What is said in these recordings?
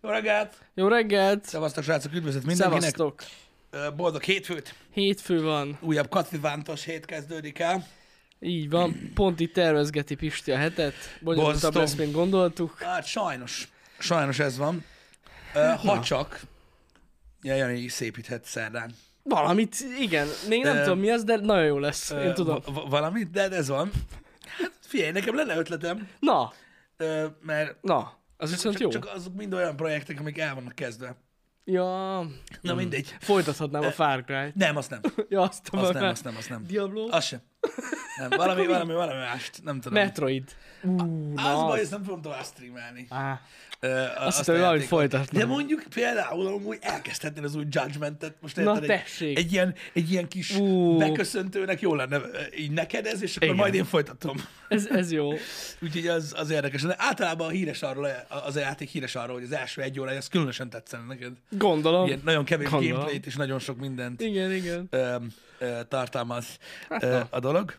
Jó reggelt! Jó reggelt! Szevasztok, srácok, üdvözlet mindenkinek! Szevasztok! Boldog hétfőt! Hétfő van. Újabb katvivántos hét kezdődik el. Így van. Pont itt tervezgeti Pisti a hetet. Bonyolultabb lesz, mint gondoltuk. Hát sajnos ez van. Ha csak Jani szépíthet szerdán. Valamit, igen. Még nem tudom mi az, de nagyon jó lesz. Én tudom. Valamit, de ez van. Hát figyelj, nekem lenne ötletem, Na, mert az viszont jó. csak azok mind olyan projektek, amik el vannak kezdve. Ja. Na mindegy. Folytathatnám a Far Cry-t. Nem, azt nem. Ja, Azt nem. Diablo. Az sem. Nem, valami mást, nem tudom. Metroid. Az baj, ezt nem fogom tovább streamelni. Azt hiszem, hogy valamit folytatni. De mondjuk például amúgy elkezdhetnél az új Judgment-et. Most Na érted, tessék. egy ilyen kis beköszöntőnek jó lenne így neked ez, és akkor Igen. majd én folytatom. Ez jó. Úgyhogy az érdekes. De általában az a játék híres arról, hogy az első egy óra, ez különösen tetszene neked. Gondolom. Ilyen nagyon kevés Gondolom. gameplayt és nagyon sok mindent Igen. tartalmaz a dolog.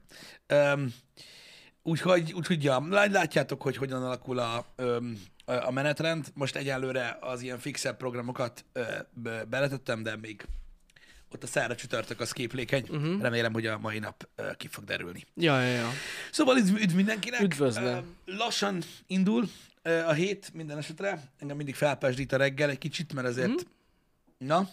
Úgyhogy ja, látjátok, hogy hogyan alakul a menetrend. Most egyelőre az ilyen fixebb programokat beletettem, de még ott a szerda csütörtök az képlékeny. Remélem, hogy a mai nap ki fog derülni. Ja. Szóval üdv mindenkinek. Üdvözlöm. Lassan indul a hét minden esetre. Engem mindig felpesdít a reggel egy kicsit, mert azért... Na.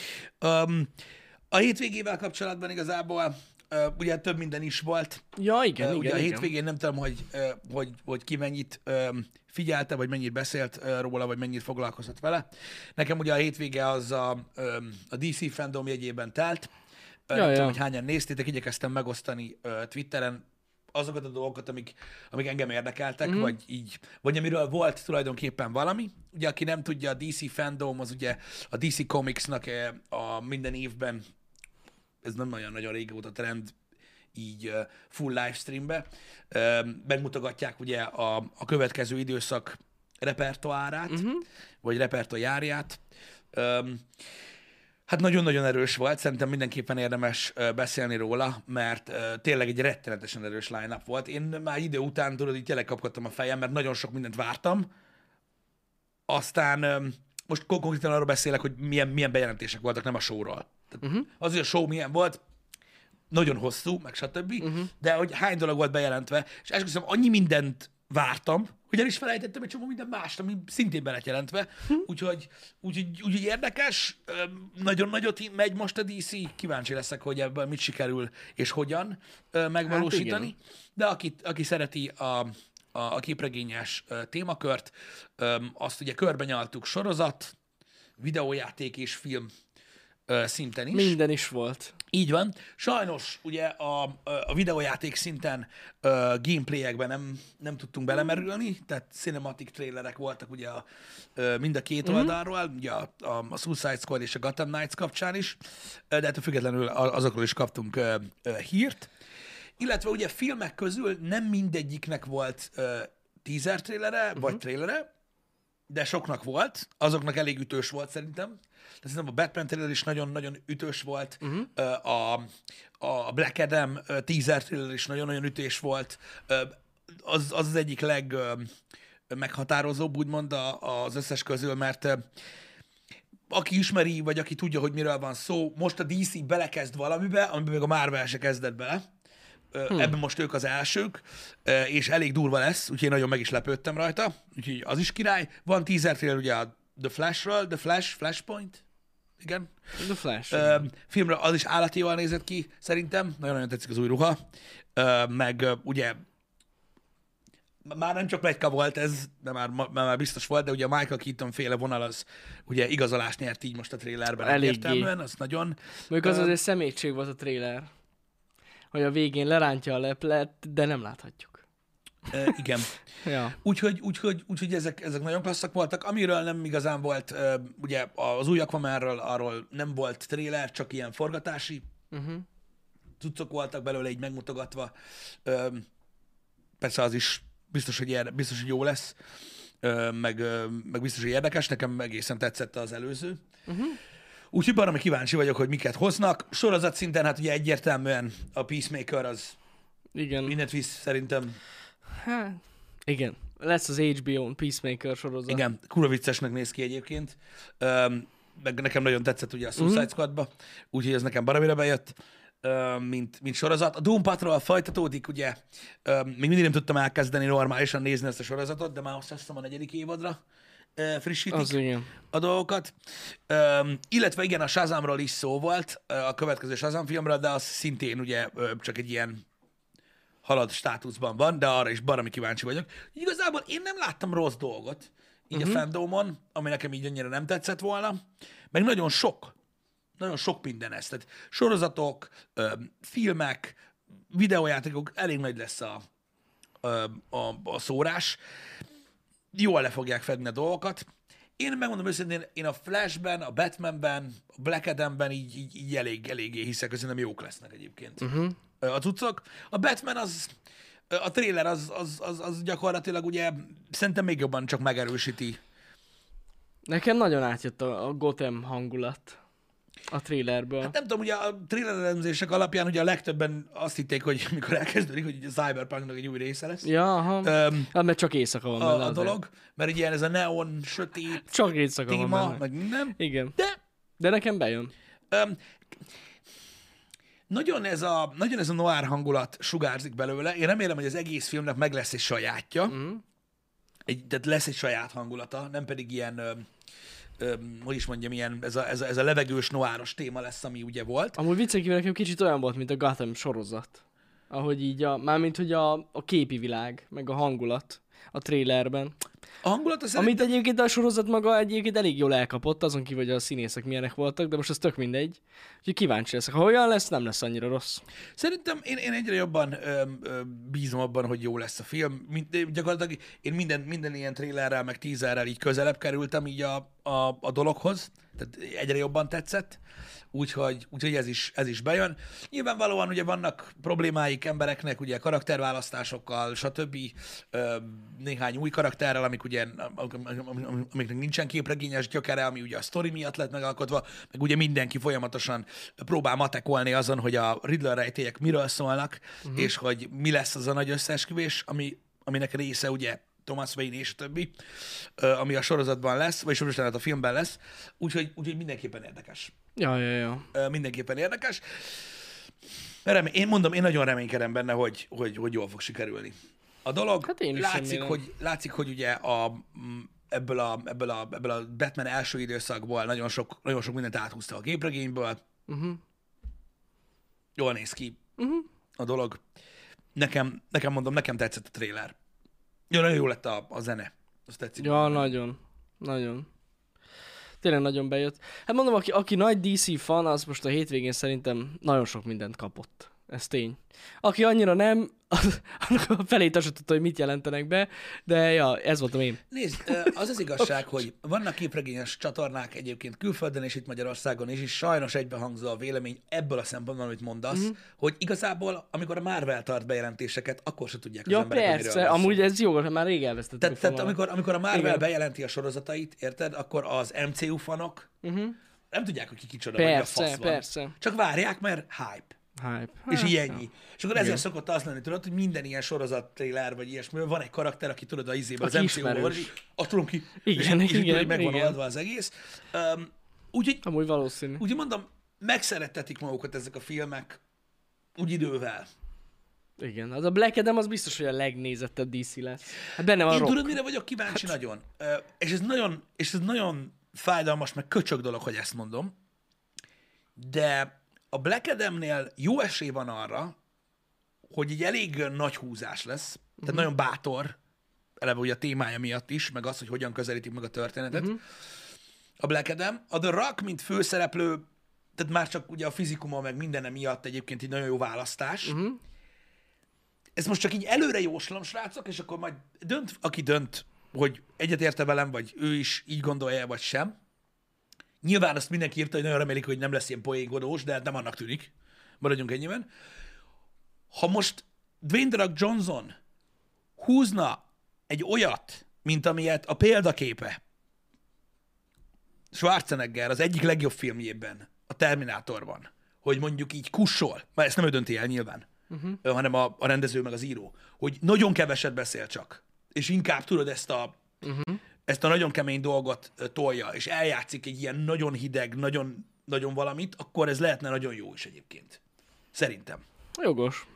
A hétvégével kapcsolatban igazából ugye több minden is volt. Ja, igen. Ugye a hétvégén nem tudom, hogy ki mennyit figyelte, vagy mennyit beszélt róla, vagy mennyit foglalkozott vele. Nekem ugye a hétvége az a DC fandom jegyében telt. Nem tudom, hogy hányan néztétek, igyekeztem megosztani Twitteren azokat a dolgokat, amik engem érdekeltek, vagy amiről volt tulajdonképpen valami. Ugye, aki nem tudja, a DC fandom az ugye a DC Comicsnak a minden évben, ez nem nagyon régóta trend, így full livestreambe. Megmutogatják ugye a következő időszak repertoárát, vagy repertoárját. Hát nagyon-nagyon erős volt, szerintem mindenképpen érdemes beszélni róla, mert tényleg egy rettenetesen erős line-up volt. Én már idő után, tudod, így tényleg kapkodtam a fejem, mert nagyon sok mindent vártam. Aztán most konkrétan arról beszélek, hogy milyen bejelentések voltak, nem a showról. Az, hogy a show milyen volt, nagyon hosszú, meg stb., de hogy hány dolog volt bejelentve, és esküszöm, annyi mindent vártam, hogy el is felejtettem egy csomó minden mást, ami szintén be lett jelentve. Úgyhogy érdekes, nagyon nagyot megy most a DC, kíváncsi leszek, hogy ebből mit sikerül és hogyan megvalósítani. Hát de aki szereti a képregényes témakört, azt ugye körbenyaltuk sorozat, videójáték és film szinten is. Minden is volt. Így van. Sajnos ugye a videójáték szinten gameplayekben nem tudtunk belemerülni, tehát cinematic trailerek voltak ugye mind a két oldalról, ugye a Suicide Squad és a Gotham Knights kapcsán is, de ettől függetlenül azokról is kaptunk hírt. Illetve ugye filmek közül nem mindegyiknek volt teaser trailere, vagy trailere, de soknak volt, azoknak elég ütős volt szerintem. De szerintem a Batman trailer is nagyon-nagyon ütős volt, a Black Adam teaser trailer is nagyon-nagyon ütős volt, az egyik meghatározóbb, úgymond az összes közül, mert aki ismeri, vagy aki tudja, hogy miről van szó, most a DC belekezd valamibe, amiben még a Marvel se kezdett bele. Ebben most ők az elsők, és elég durva lesz, úgyhogy én nagyon meg is lepődtem rajta, úgyhogy az is király. Van teaser trailer ugye a The Flashről, Flashpoint, igen. The Flash. Filmről az is állati jól nézett ki, szerintem. Nagyon-nagyon tetszik az új ruha. Meg ugye már nem csak pletyka volt ez, de már biztos volt, de ugye a Michael Keaton féle vonal az ugye igazolást nyert így most a trailerben. Egyértelműen, az nagyon... Mondjuk az azért szemétség volt a trailer, hogy a végén lerántja a leplet, de nem láthatjuk. Igen. Ja. Úgyhogy ezek nagyon klasszak voltak. Amiről nem igazán volt, ugye az új Aquamanről arról nem volt trailer, csak ilyen forgatási cuccok voltak belőle így megmutogatva. Persze az is biztos, hogy jó lesz, meg biztos, hogy érdekes. Nekem egészen tetszett az előző. Úgyhogy baromi kíváncsi vagyok, hogy miket hoznak. Sorozat szinten hát ugye egyértelműen a Peacemaker az mindent visz szerintem. Hát, igen. lesz az HBO-n Peacemaker sorozat. Igen, kurva viccesnek néz ki egyébként. Meg nekem nagyon tetszett ugye a Suicide Squadba, úgyhogy ez nekem baromira bejött, mint sorozat. A Doom Patrol folytatódik, ugye, még mindig nem tudtam elkezdeni normálisan nézni ezt a sorozatot, de már azt hiszem a 4. évadra frissítik Az igen. a dolgokat. Illetve igen, a Shazamról is szó volt, a következő Shazam filmről, de az szintén ugye csak egy ilyen halad státuszban van, de arra is baromi kíváncsi vagyok. Igazából én nem láttam rossz dolgot így a fandomon, ami nekem így annyira nem tetszett volna, meg nagyon sok minden ez. Tehát sorozatok, filmek, videójátékok, elég nagy lesz a szórás. Jól le fogják fedni a dolgokat. Én megmondom őszintén, én a Flashben, a Batmanben, a Black Adamben így eléggé hiszek, hogy szerintem jók lesznek egyébként a cuccok. A Batman a trailer az gyakorlatilag ugye szerintem még jobban csak megerősíti. Nekem nagyon átjött a Gotham hangulat a trailerből. Hát nem tudom, ugye a trailer elemzések alapján ugye a legtöbben azt hitték, hogy mikor elkezdődik, hogy ugye a Cyberpunknak egy új része lesz. Ja, aha. Mert csak éjszaka van benne A dolog, mert ugye ez a neon, sötét csak éjszaka téma, van benne. meg minden. Igen. De nekem bejön. Nagyon ez a noir hangulat sugárzik belőle. Én remélem, hogy az egész filmnek meg lesz egy sajátja. Tehát lesz egy saját hangulata, nem pedig ilyen, hogy is mondjam, ilyen, ez a levegős noáros téma lesz, ami ugye volt. Amúgy viccen kívül nekem kicsit olyan volt, mint a Gotham sorozat. Ahogy így mármint, hogy a képi világ, meg a hangulat a trailerben. A hangulat az Amit egyébként a sorozat maga egyébként elég jól elkapott, azon kívül, hogy a színészek milyenek voltak, de most ez tök mindegy. Úgyhogy kíváncsi leszek. Ha olyan lesz, nem lesz annyira rossz. Szerintem én egyre jobban bízom abban, hogy jó lesz a film. Gyakorlatilag én minden ilyen trailerrel, meg teaserrel így közelebb kerültem így a dologhoz. Tehát egyre jobban tetszett. Úgyhogy ez is bejön. Nyilvánvalóan ugye vannak problémáik embereknek, ugye karakterválasztásokkal, stb. Néhány új karakterrel, amiknek nincsen képregényes gyökere, ami ugye a sztori miatt lett megalkotva, meg ugye mindenki folyamatosan próbál matekolni azon, hogy a Riddler rejtélyek miről szólnak, és hogy mi lesz az a nagy összeesküvés, aminek része ugye Thomas Wayne és a többi, ami a sorozatban lesz, vagy sorozatban a filmben lesz, úgyhogy mindenképpen érdekes. Ja. Mindenképpen érdekes. Én nagyon reménykedem benne, hogy jól fog sikerülni. A dolog Hát én is látszik, hogy ugye ebből a Batman első időszakból nagyon sok mindent áthúzta a képregényből. Jól néz ki a dolog. Nekem tetszett a trailer. Nagyon jó lett a zene. Azt tetszik. Ja, nagyon. Tényleg nagyon bejött. Hát mondom, aki nagy DC fan, az most a hétvégén szerintem nagyon sok mindent kapott. Ez tény. Aki annyira nem, annak a felét azt tudta, hogy mit jelentenek be, de ja, ez voltam én. Nézd, az igazság, hogy vannak képregényes csatornák egyébként külföldön és itt Magyarországon is, és sajnos egybehangzó a vélemény ebből a szempontból, amit mondasz, hogy igazából, amikor a Marvel tart bejelentéseket, akkor se tudják az emberek, persze, hogy miről amúgy ez jó, hogy már rég elvesztettük. Tehát amikor a Marvel bejelenti a sorozatait, érted, akkor az MCU fanok nem tudják, hogy ki kicsoda, vagy a fasz van. Persze. Csak várják, mert hype. És így ennyi. És akkor ezért szokott az lenni, tudod, hogy minden ilyen sorozat trailer, vagy ilyesmi, van egy karakter, aki tudod az izében, az MCU-ból van, és azt tudom ki, igen, és így meg van oldva az egész. Úgyhogy, amúgy valószínű. Úgy mondom, megszerettetik magukat ezek a filmek úgy idővel. Igen, az a Black Adam az biztos, hogy a legnézettebb DC lesz. Hát benne van Én Rock. tudod, mire vagyok kíváncsi nagyon? És ez nagyon fájdalmas, meg köcsög dolog, hogy ezt mondom, de a Black Adamnél jó esély van arra, hogy egy elég nagy húzás lesz, tehát nagyon bátor, eleve ugye a témája miatt is, meg az, hogy hogyan közelítik meg a történetet. A Black Adam, a The Rock, mint főszereplő, tehát már csak ugye a fizikuma, meg mindene miatt egyébként egy nagyon jó választás. Ez most csak így előre jóslom, srácok, és akkor majd aki dönt, hogy egyetérte velem, vagy ő is így gondolja, vagy sem. Nyilván azt mindenki írta, hogy nagyon remélik, hogy nem lesz ilyen poénkodós, de nem annak tűnik. Maradjunk ennyiben. Ha most Dwayne The Rock Johnson húzna egy olyat, mint amilyet a példaképe Schwarzenegger az egyik legjobb filmjében, a Terminátorban, hogy mondjuk így kussol, mert ezt nem ő dönti el nyilván, hanem a rendező meg az író, hogy nagyon keveset beszél csak, és inkább tudod ezt a nagyon kemény dolgot tolja, és eljátszik egy ilyen nagyon hideg, nagyon, nagyon valamit, akkor ez lehetne nagyon jó is egyébként. Szerintem. Jogos.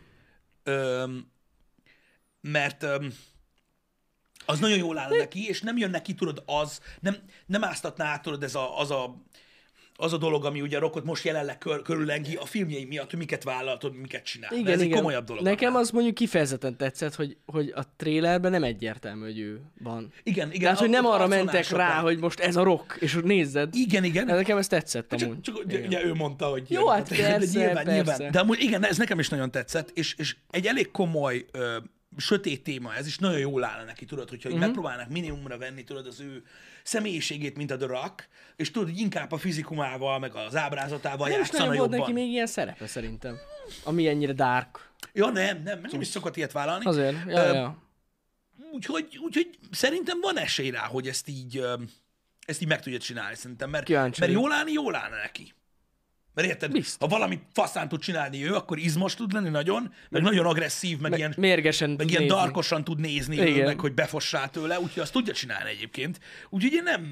Mert az nagyon jól áll neki, és nem jön neki, tudod, nem áztatná át, tudod, az a dolog, ami ugye a Rockot most jelenleg körüllengi a filmjei miatt, hogy miket vállal, miket csinál. Igen, de ez igen. egy komolyabb dolog. Nekem az mondjuk kifejezetten tetszett, hogy a trailerben nem egyértelmű, hogy ő van. Igen. Tehát, hogy nem arra mentek rá, hogy most ez a Rock, és nézzed. Igen. Nekem ez tetszett amúgy. Csak ugye ő mondta, hogy... Jó, hát persze. De amúgy igen, ez nekem is nagyon tetszett, és egy elég komoly sötét téma ez, és nagyon jól áll neki, tudod, hogyha megpróbálnak minimumra venni, tudod, az ő személyiségét, mint a The Rock, és tudod, hogy inkább a fizikumával, meg az ábrázatával nem játszana is jobban. volt neki még ilyen szerepe szerintem, ami ennyire dark. Ja, nem is szokott ilyet vállalni. Azért, ja. Úgyhogy szerintem van esély rá, hogy ezt így meg tudja csinálni, szerintem, mert Kíváncsi jól állna neki. Mert érted, Biztos. ha valamit faszán tud csinálni ő, akkor izmos tud lenni nagyon, meg nagyon agresszív, meg ilyen, mérgesen meg ilyen darkosan tud nézni, Igen. meg hogy befossál tőle, úgyhogy azt tudja csinálni egyébként. Úgyhogy én nem...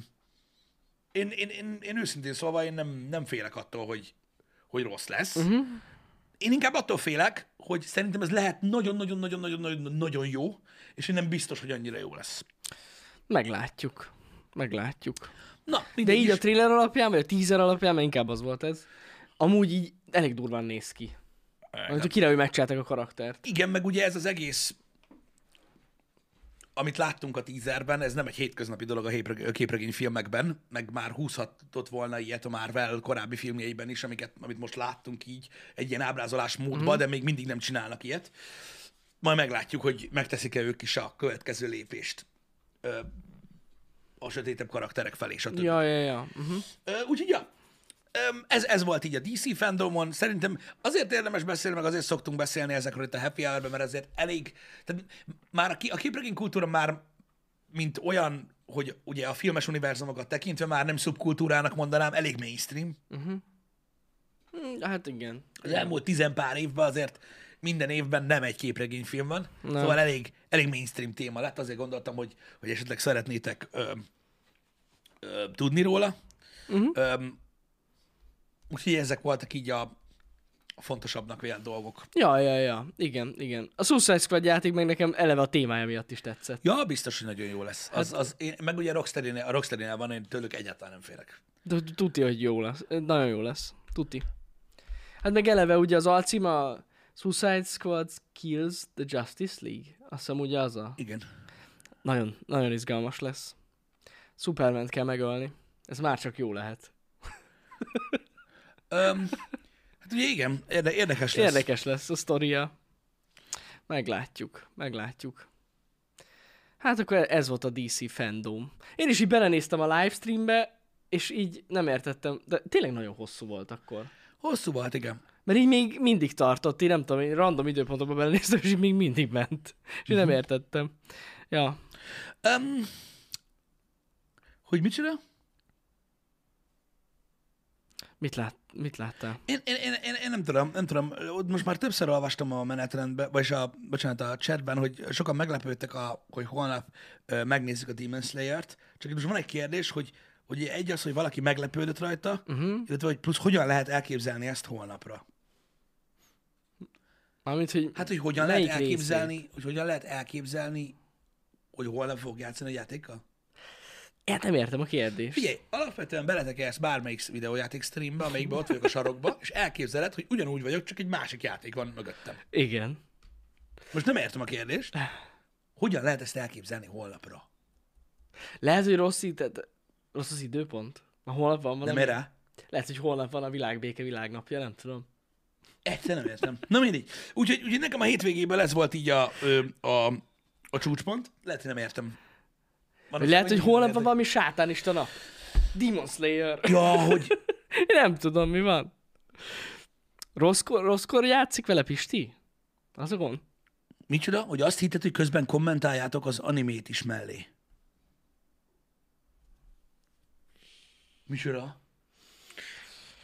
Én őszintén szólva, én nem félek attól, hogy rossz lesz. Én inkább attól félek, hogy szerintem ez lehet nagyon-nagyon-nagyon-nagyon-nagyon jó, és én nem biztos, hogy annyira jó lesz. Meglátjuk. Na, De mindegy így is. a trailer alapján, vagy a teaser alapján, mert inkább az volt ez. Amúgy így elég durván néz ki. Hogy kire, hogy megcsinálták a karaktert. Igen, meg ugye ez az egész, amit láttunk a teaserben, ez nem egy hétköznapi dolog a képregényfilmekben, meg már húzhatott volna ilyet a Marvel korábbi filmjeiben is, amit most láttunk így egy ilyen ábrázolás módban, de még mindig nem csinálnak ilyet. Majd meglátjuk, hogy megteszik-e ők is a következő lépést a sötétebb karakterek felé, stb. Ja. Úgyhogy, ja, ez volt így a DC fandomon. Szerintem azért érdemes beszélni, meg azért szoktunk beszélni ezekről itt a Happy Hour-ben, mert azért elég, tehát már a képregény kultúra már, mint olyan, hogy ugye a filmes univerzumokat tekintve már nem szubkultúrának mondanám, elég mainstream. Hát igen. Az elmúlt 10 pár évben azért minden évben nem egy képregényfilm van, szóval elég mainstream téma lett, azért gondoltam, hogy esetleg szeretnétek tudni róla. Úgyhogy ezek voltak így a fontosabbnak vélt dolgok. Ja. Igen. A Suicide Squad játék meg nekem eleve a témája miatt is tetszett. Ja, biztos, hogy nagyon jó lesz. Meg ugye a Rocksteady-nél van, én tőlük egyáltalán nem félek. Tuti, hogy jó lesz. Nagyon jó lesz. Tuti. Hát meg eleve ugye az alcím a Suicide Squad Kills the Justice League. Azt hiszem ugye az a... Igen. Nagyon, nagyon izgalmas lesz. Superman kell megölni. Ez már csak jó lehet. Hát ugye igen, érdekes lesz. Érdekes lesz a sztoria. Meglátjuk. Hát akkor ez volt a DC fandom. Én is így belenéztem a livestreambe, és így nem értettem, de tényleg nagyon hosszú volt akkor. Hosszú volt, igen. Mert így még mindig tartott, én nem tudom, én random időpontokban belenéztem, és így még mindig ment. És én nem értettem. Ja. Hogy mit csinál? Mit láttál? Én nem tudom. Most már többször olvastam a menetrendben, vagyis a chatben, hogy sokan meglepődtek, hogy holnap megnézzük a Demon Slayer-t. Csak itt most van egy kérdés, hogy egy az, hogy valaki meglepődött rajta, illetve hogy plusz hogyan lehet elképzelni ezt holnapra. Mármint, hogy Hát, hogy hogyan lehet elképzelni, hogy holnap fog játszani a játékkal? Én nem értem a kérdést. Figyelj, alapvetően beletekelsz bármelyik videójáték streambe, amelyikben ott vagyok a sarokba, és elképzeled, hogy ugyanúgy vagyok, csak egy másik játék van mögöttem. Igen. Most nem értem a kérdést. Hogyan lehet ezt elképzelni holnapra? Lehet, hogy rossz az időpont? Ma holnap van valami? Nem rá? Lehet, hogy holnap van a világbéke világnapja, nem tudom. Egyszer nem értem. Na mindig. Úgyhogy nekem a hétvégében ez volt így a csúcspont. Lehet, hogy nem értem. Lehet, hogy holnap van valami sátánista nap. Demon Slayer. Ja, hogy... Én nem tudom, mi van. Rosszkor játszik vele Pisti? Az a gond? Micsoda? Hogy azt hitted, hogy közben kommentáljátok az animét is mellé. Micsoda?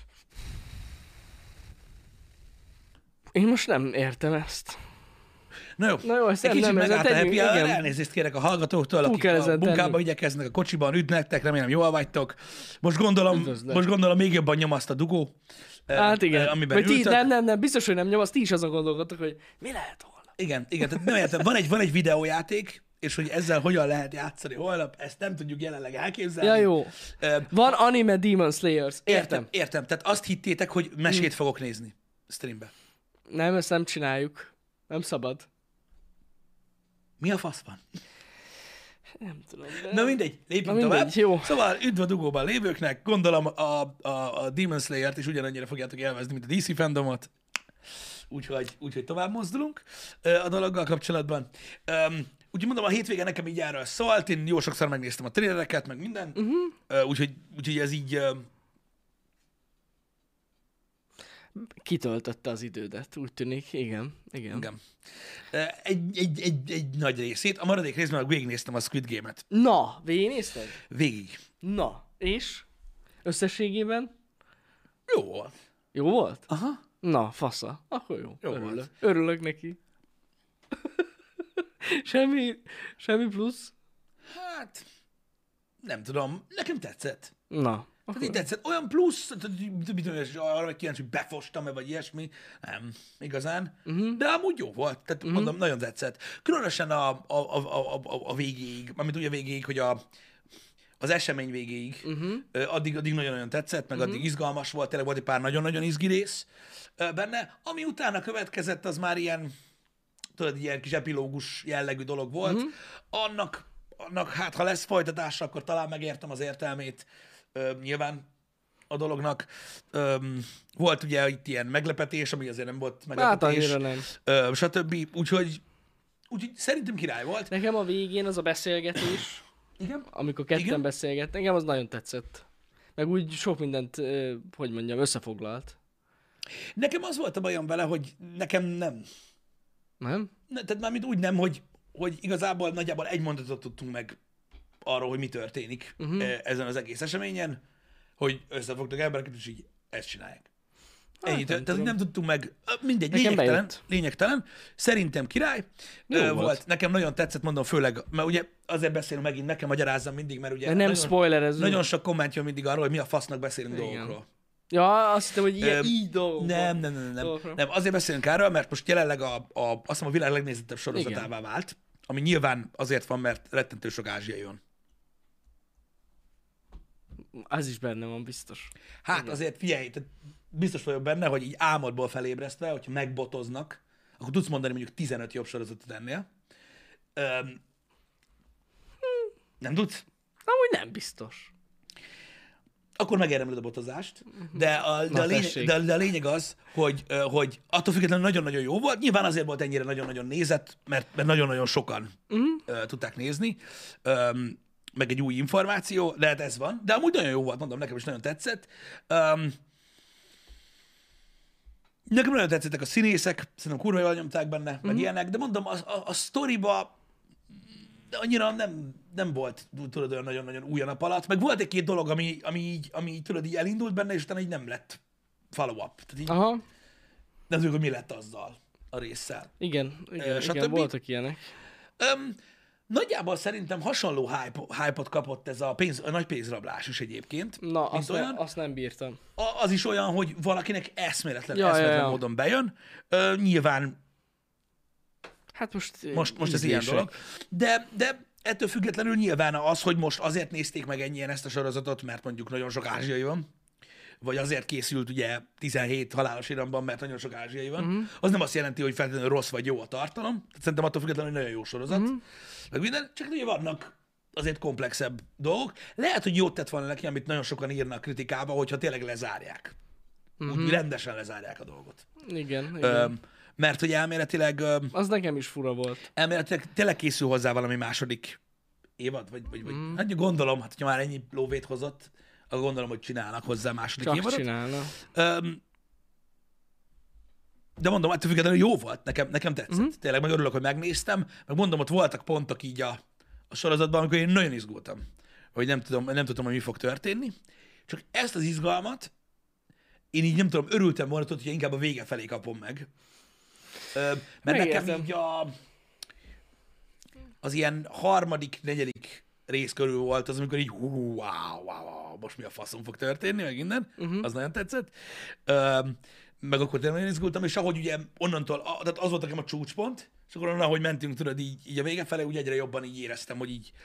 Én most nem értem ezt. Na jó, ezt egy kicsit nem, megállt a tegyünk, happy hour, igen. elnézést kérek a hallgatóktól, Túl akik kell a ezen munkába tenni. igyekeznek, a kocsiban üdnek, remélem jól vagytok. Most Üdvözlök. gondolom még jobban nyom azt a dugó, Hát igen. amiben Vagy ti, ültök. nem, biztos, hogy nem nyomsz, ti is azon gondolkodtok, hogy mi lehet holnap. Igen, tehát nem értem, van egy videójáték, és hogy ezzel hogyan lehet játszani holnap, ezt nem tudjuk jelenleg elképzelni. Ja, jó. Ö, Van anime Demon Slayers. Értem. Értem. Tehát azt hittétek, hogy mesét fogok nézni streambe. Nem, ezt nem csináljuk. Nem szabad. Mi a fasz van? Nem tudom. De... Na mindegy, lépjünk Na mindegy, tovább. jó. Szóval üdv a dugóban lévőknek, gondolom a Demon Slayer-t is ugyanannyira fogjátok élvezni, mint a DC fandomot. Úgyhogy tovább mozdulunk a dologgal kapcsolatban. Úgyhogy mondom, a hétvége nekem így erről szólt, én jó sokszor megnéztem a trailereket, meg minden, úgyhogy ez így... Kitöltötte az idődet, úgy tűnik. Igen. Igen. Egy nagy részét. A maradék részben meg végignéztem a Squid Game-et. Na, végignézted? Végig. Na, és? Összességében? Jó volt. Jó volt? Aha. Na, fasza. Akkor jó. Jó Örülök. volt. Örülök neki. semmi plusz? Hát, nem tudom. Nekem tetszett. Na. Tehát így tetszett. Olyan plusz, arra meg kíváncsi, hogy befostam-e, vagy ilyesmi. Nem, igazán. De amúgy jó volt. Tehát mondom, nagyon tetszett. Különösen a végéig, amit ugye végéig, hogy az esemény végéig, addig nagyon-nagyon tetszett, meg addig izgalmas volt, tényleg volt egy pár nagyon-nagyon izgi rész benne. Ami utána következett, az már ilyen, tudod, ilyen kis epilógus jellegű dolog volt. Annak hát, ha lesz folytatása, akkor talán megértem az értelmét. Nyilván a dolognak. Volt ugye itt ilyen meglepetés, ami azért nem volt meglepetés. Hát annyira nem. Stb. Úgyhogy szerintem király volt. Nekem a végén az a beszélgetés, Igen? amikor ketten Igen? beszélgetnek, nekem az nagyon tetszett. Meg úgy sok mindent, hogy mondjam, összefoglalt. Nekem az volt a bajom vele, hogy nekem nem. Nem? Tehát mármint úgy nem, hogy igazából nagyjából egy mondatot tudtunk meg arról, hogy mi történik ezen az egész eseményen, hogy összefogtak embereket, és így ezt csinálják. Ennyi, tehát nem tudtunk meg, mindegy, lényegtelen. Szerintem király Jó volt. Nekem nagyon tetszett, mondom, főleg, mert ugye azért beszélünk megint, nekem magyarázzam mindig, mert ugye De nem spoilerezünk. nagyon sok komment jön mindig arról, hogy mi a fasznak beszélünk dolgokról. Ja, azt hittem, hogy így dolgokról. Nem, azért beszélünk erről, mert most jelenleg azt hiszem a világ legnézettebb sorozatává vált, ami nyilván azért van, mert rettentő sok ázsiai jön. Az is benne van, biztos. Hát igen. Azért figyelj, tehát biztos vagyok benne, hogy így álmodból felébresztve, hogyha megbotoznak, akkor tudsz mondani mondjuk 15 jobb sorozatot ennél. Nem tudsz? Amúgy nem biztos. Akkor megérdemled a botozást, de a lényeg az, hogy attól függetlenül nagyon-nagyon jó volt. Nyilván azért volt ennyire nagyon-nagyon nézett, mert nagyon-nagyon sokan tudták nézni, meg egy új információ, de hát ez van. De amúgy nagyon jó volt, mondom, nekem is nagyon tetszett. Nekem nagyon tetszettek a színészek, szerintem kurva jól nyomták benne, meg ilyenek, de mondom, a sztoriba annyira nem volt, tudod, olyan nagyon-nagyon új a nap alatt. Meg volt egy-két dolog, ami így, tudod, így elindult benne, és utána így nem lett follow-up. Tehát így Aha. nem tudjuk, hogy mi lett azzal a résszel. Igen, stb. Voltak ilyenek. Nagyjából szerintem hasonló hype-ot kapott ez a nagy pénzrablás is egyébként. Na, azt nem bírtam. Az is olyan, hogy valakinek eszméletlen módon bejön. Nyilván hát most ez ilyen dolog. De ettől függetlenül nyilván az, hogy most azért nézték meg ennyien ezt a sorozatot, mert mondjuk nagyon sok ázsiai van, vagy azért készült ugye 17 halálos iramban, mert nagyon sok ázsiai van, az nem azt jelenti, hogy feltétlenül rossz vagy jó a tartalom. Tehát szerintem attól függetlenül nagyon jó sorozat. Meg minden, csak ugye vannak azért komplexebb dolgok. Lehet, hogy jót tett volna neki, amit nagyon sokan írnak kritikába, hogyha tényleg lezárják. Úgy rendesen lezárják a dolgot. Igen. Mert hogy elméletileg... az nekem is fura volt. Elméletileg tényleg készül hozzá valami második évad, vagy hát gondolom, hát hogyha már ennyi lóvét hozott, akkor gondolom, hogy csinálnak hozzá második évadot. Csak csinálna. De mondom, ettől függetlenül jó volt, nekem tetszett. Tényleg meg örülök, hogy megnéztem, meg mondom, ott voltak pontok így a sorozatban, amikor én nagyon izgultam, hogy nem tudom, hogy mi fog történni. Csak ezt az izgalmat én így nem tudom, örültem volna, hogy inkább a vége felé kapom meg. Mert nekem így az ilyen harmadik, negyedik rész körül volt az, amikor így wow, most mi a faszom fog történni, meg minden, az nagyon tetszett. Meg akkor tényleg nagyon izgultam, és ahogy ugye onnantól, tehát az volt nekem a csúcspont, és akkor onnan, ahogy mentünk, tudod, így a vége felé, úgy egyre jobban így éreztem, hogy így,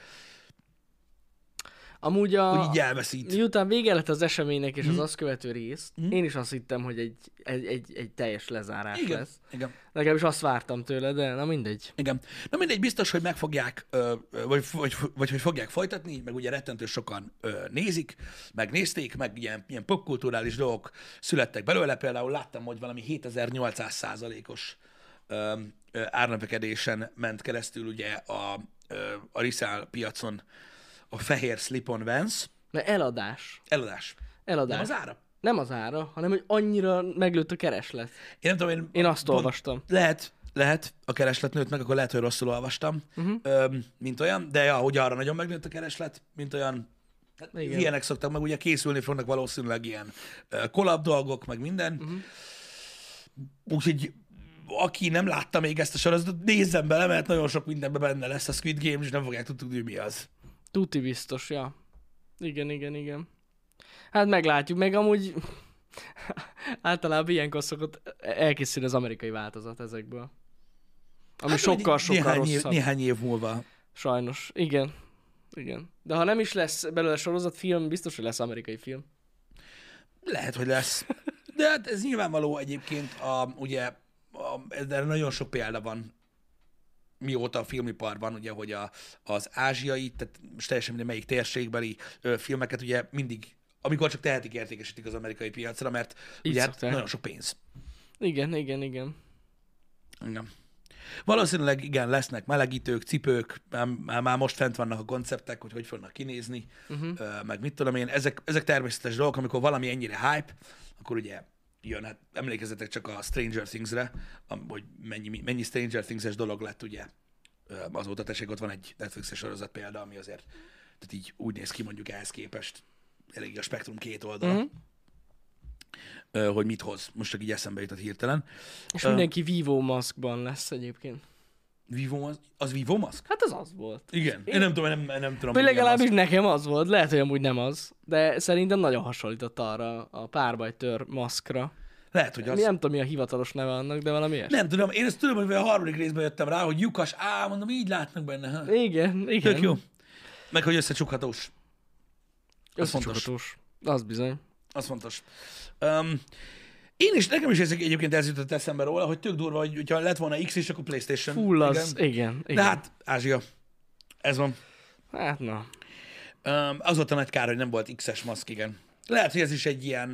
Amúgy hogy így elveszít. miután vége lett az eseménynek és az azt követő rész, én is azt hittem, hogy egy teljes lezárás Igen, lesz. igen. Legalábbis azt vártam tőle, de na mindegy. Igen. Na mindegy, biztos, hogy meg fogják, vagy hogy fogják folytatni, meg ugye rettentő sokan nézik, megnézték, meg ilyen popkulturális dolgok születtek belőle. Például láttam, hogy valami 7800%-os árnövekedésen ment keresztül ugye a resale piacon a fehér slip-on Vans. Mert eladás. Eladás. Nem az ára? Nem az ára, hanem hogy annyira meglőtt a kereslet. Én nem tudom, Én azt olvastam. Lehet, a kereslet nőtt meg, akkor lehet, hogy rosszul olvastam, mint olyan, de ja, hogy arra nagyon megnőtt a kereslet, mint olyan, hát ilyenek szoktak, meg ugye készülni fognak valószínűleg ilyen collab dolgok, meg minden. Úgyhogy aki nem látta még ezt a sorozatot, nézzen bele, mert nagyon sok mindenben benne lesz a Squid Game, és nem fogják tudni, mi az. Tuti biztos, ja. Igen. Hát meglátjuk, meg amúgy általában ilyenkor szokott elkészülni az amerikai változat ezekből. Ami Hát, sokkal néhány rosszabb. néhány év múlva. Sajnos. Igen. De ha nem is lesz belőle sorozatfilm, biztos, hogy lesz amerikai film. Lehet, hogy lesz. De hát ez nyilvánvaló egyébként, erre nagyon sok példa van, mióta a filmiparban, ugye, hogy az ázsiai, tehát most teljesen mindegy melyik térségbeli filmeket ugye mindig, amikor csak tehetik, értékesítik az amerikai piacra, mert Így ugye hát szokták. nagyon sok pénz. Igen. Igen. Valószínűleg igen, lesznek melegítők, cipők, már most fent vannak a konceptek, hogy fognak kinézni, meg mit tudom én. Ezek természetes dolgok, amikor valami ennyire hype, akkor ugye jön, hát emlékezzetek csak a Stranger Things-re, hogy mennyi Stranger Things-es dolog lett, ugye. Azóta tessék, ott van egy Netflix-es sorozat példa, ami azért, tehát így úgy néz ki mondjuk ehhez képest, elég a spektrum két oldala, hogy mit hoz. Most csak így eszembe jutott hirtelen. És mindenki Vivo maszkban lesz egyébként. Az Vivo Mask? Hát az volt. Igen. Én nem tudom, nem tudom. Vagy milyen legalábbis maszk. nekem az volt, lehet, hogy amúgy nem az, de szerintem nagyon hasonlított arra a párbajtőr maszkra. Lehet, hogy az. Nem tudom, mi a hivatalos neve annak, de valami ilyesmi. Nem tudom, én ezt tudom, hogy a harmadik részben jöttem rá, hogy lyukas, mondom, így látnak benne. Ha? Igen. Tök jó. Meg, hogy összecsukhatós. Az fontos. Összecsukhatós. Az bizony. Az fontos. Nekem is egyébként ez jutott eszembe róla, hogy tök durva, hogyha lett volna X is, akkor PlayStation. Full az, igen. De hát, Ázsia. Ez van. Hát na. Az volt a nagy kár, hogy nem volt X-es maszk, igen. Lehet, hogy ez is egy ilyen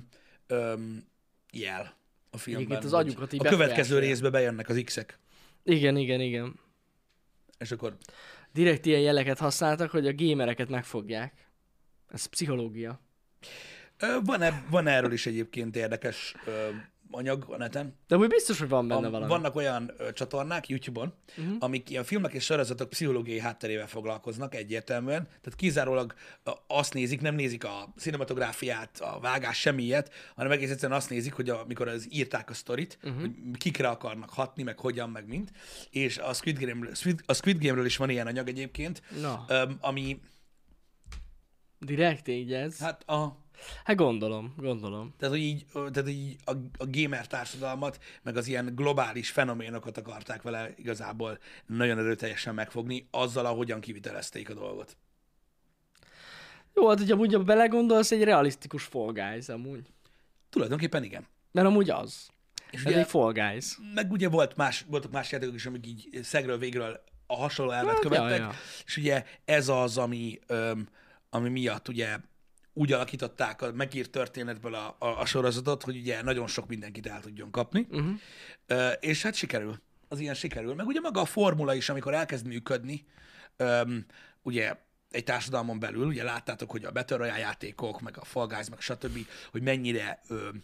jel a filmben. Egyébként az hogy agyukat így a következő befolyásolja. részbe bejönnek az X-ek. Igen. És akkor Direkt ilyen jeleket használtak, hogy a gamereket megfogják. Ez pszichológia. van erről is egyébként érdekes anyag a neten. De úgy biztos, hogy van benne valami. Vannak olyan csatornák YouTube-on, amik ilyen filmek és sorozatok pszichológiai hátterével foglalkoznak egyértelműen, tehát kizárólag azt nézik, nem nézik a cinematográfiát, a vágás, semmi ilyet, hanem egész egyszerűen azt nézik, hogy amikor írták a sztorit, hogy kikre akarnak hatni, meg hogyan, meg mind, és a Squid Game-ről is van ilyen anyag egyébként, Na. ami Direkt így ez? Hát gondolom. Tehát, hogy így a gamer társadalmat, meg az ilyen globális fenoménokat akarták vele igazából nagyon erőteljesen megfogni, azzal, ahogyan kivitelezték a dolgot. Jó, hát hogyha úgy belegondolsz, egy realisztikus Fall Guys amúgy. Tulajdonképpen igen. Mert amúgy az. És Ez ugye, egy Fall Guys. meg ugye voltak más játékok is, amik így szegről végről a hasonló elvet követtek, ja. és ugye ez az, ami miatt ugye úgy alakították a megírt történetből a sorozatot, hogy ugye nagyon sok mindenkit el tudjon kapni, és hát sikerül. Az ilyen sikerül. Meg ugye maga a formula is, amikor elkezd működni, ugye egy társadalmon belül, ugye láttátok, hogy a Battle Royale játékok, meg a Fall Guys, meg stb., hogy mennyire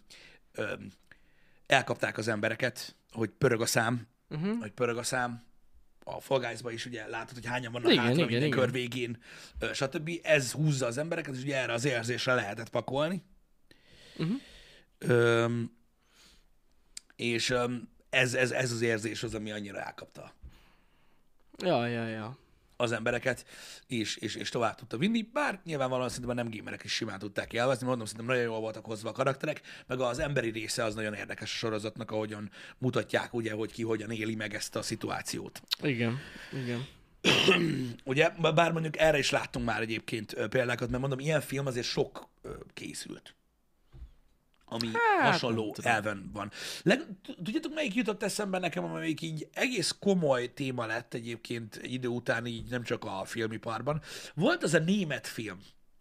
elkapták az embereket, hogy pörög a szám, a Fall Guys-ban is ugye látod, hogy hányan vannak hátra minden kör végén, stb. Ez húzza az embereket, és ugye erre az érzésre lehetett pakolni. És ez az érzés az, ami annyira elkapta Ja. az embereket, és tovább tudta vinni, bár nyilvánvalóan szerintem a nem gamerek is simán tudták élvezni, mondom, szerintem nagyon jól voltak hozva a karakterek, meg az emberi része az nagyon érdekes a sorozatnak, ahogyan mutatják, ugye, hogy ki hogyan éli meg ezt a szituációt. Igen. Ugye, bár mondjuk erre is láttunk már egyébként példákat, mert mondom, ilyen film azért sok készült, ami hasonló elven van. Tudjátok, melyik jutott eszembe nekem, amelyik így egész komoly téma lett egyébként egy idő után, így nem csak a filmiparban. Volt az a német film,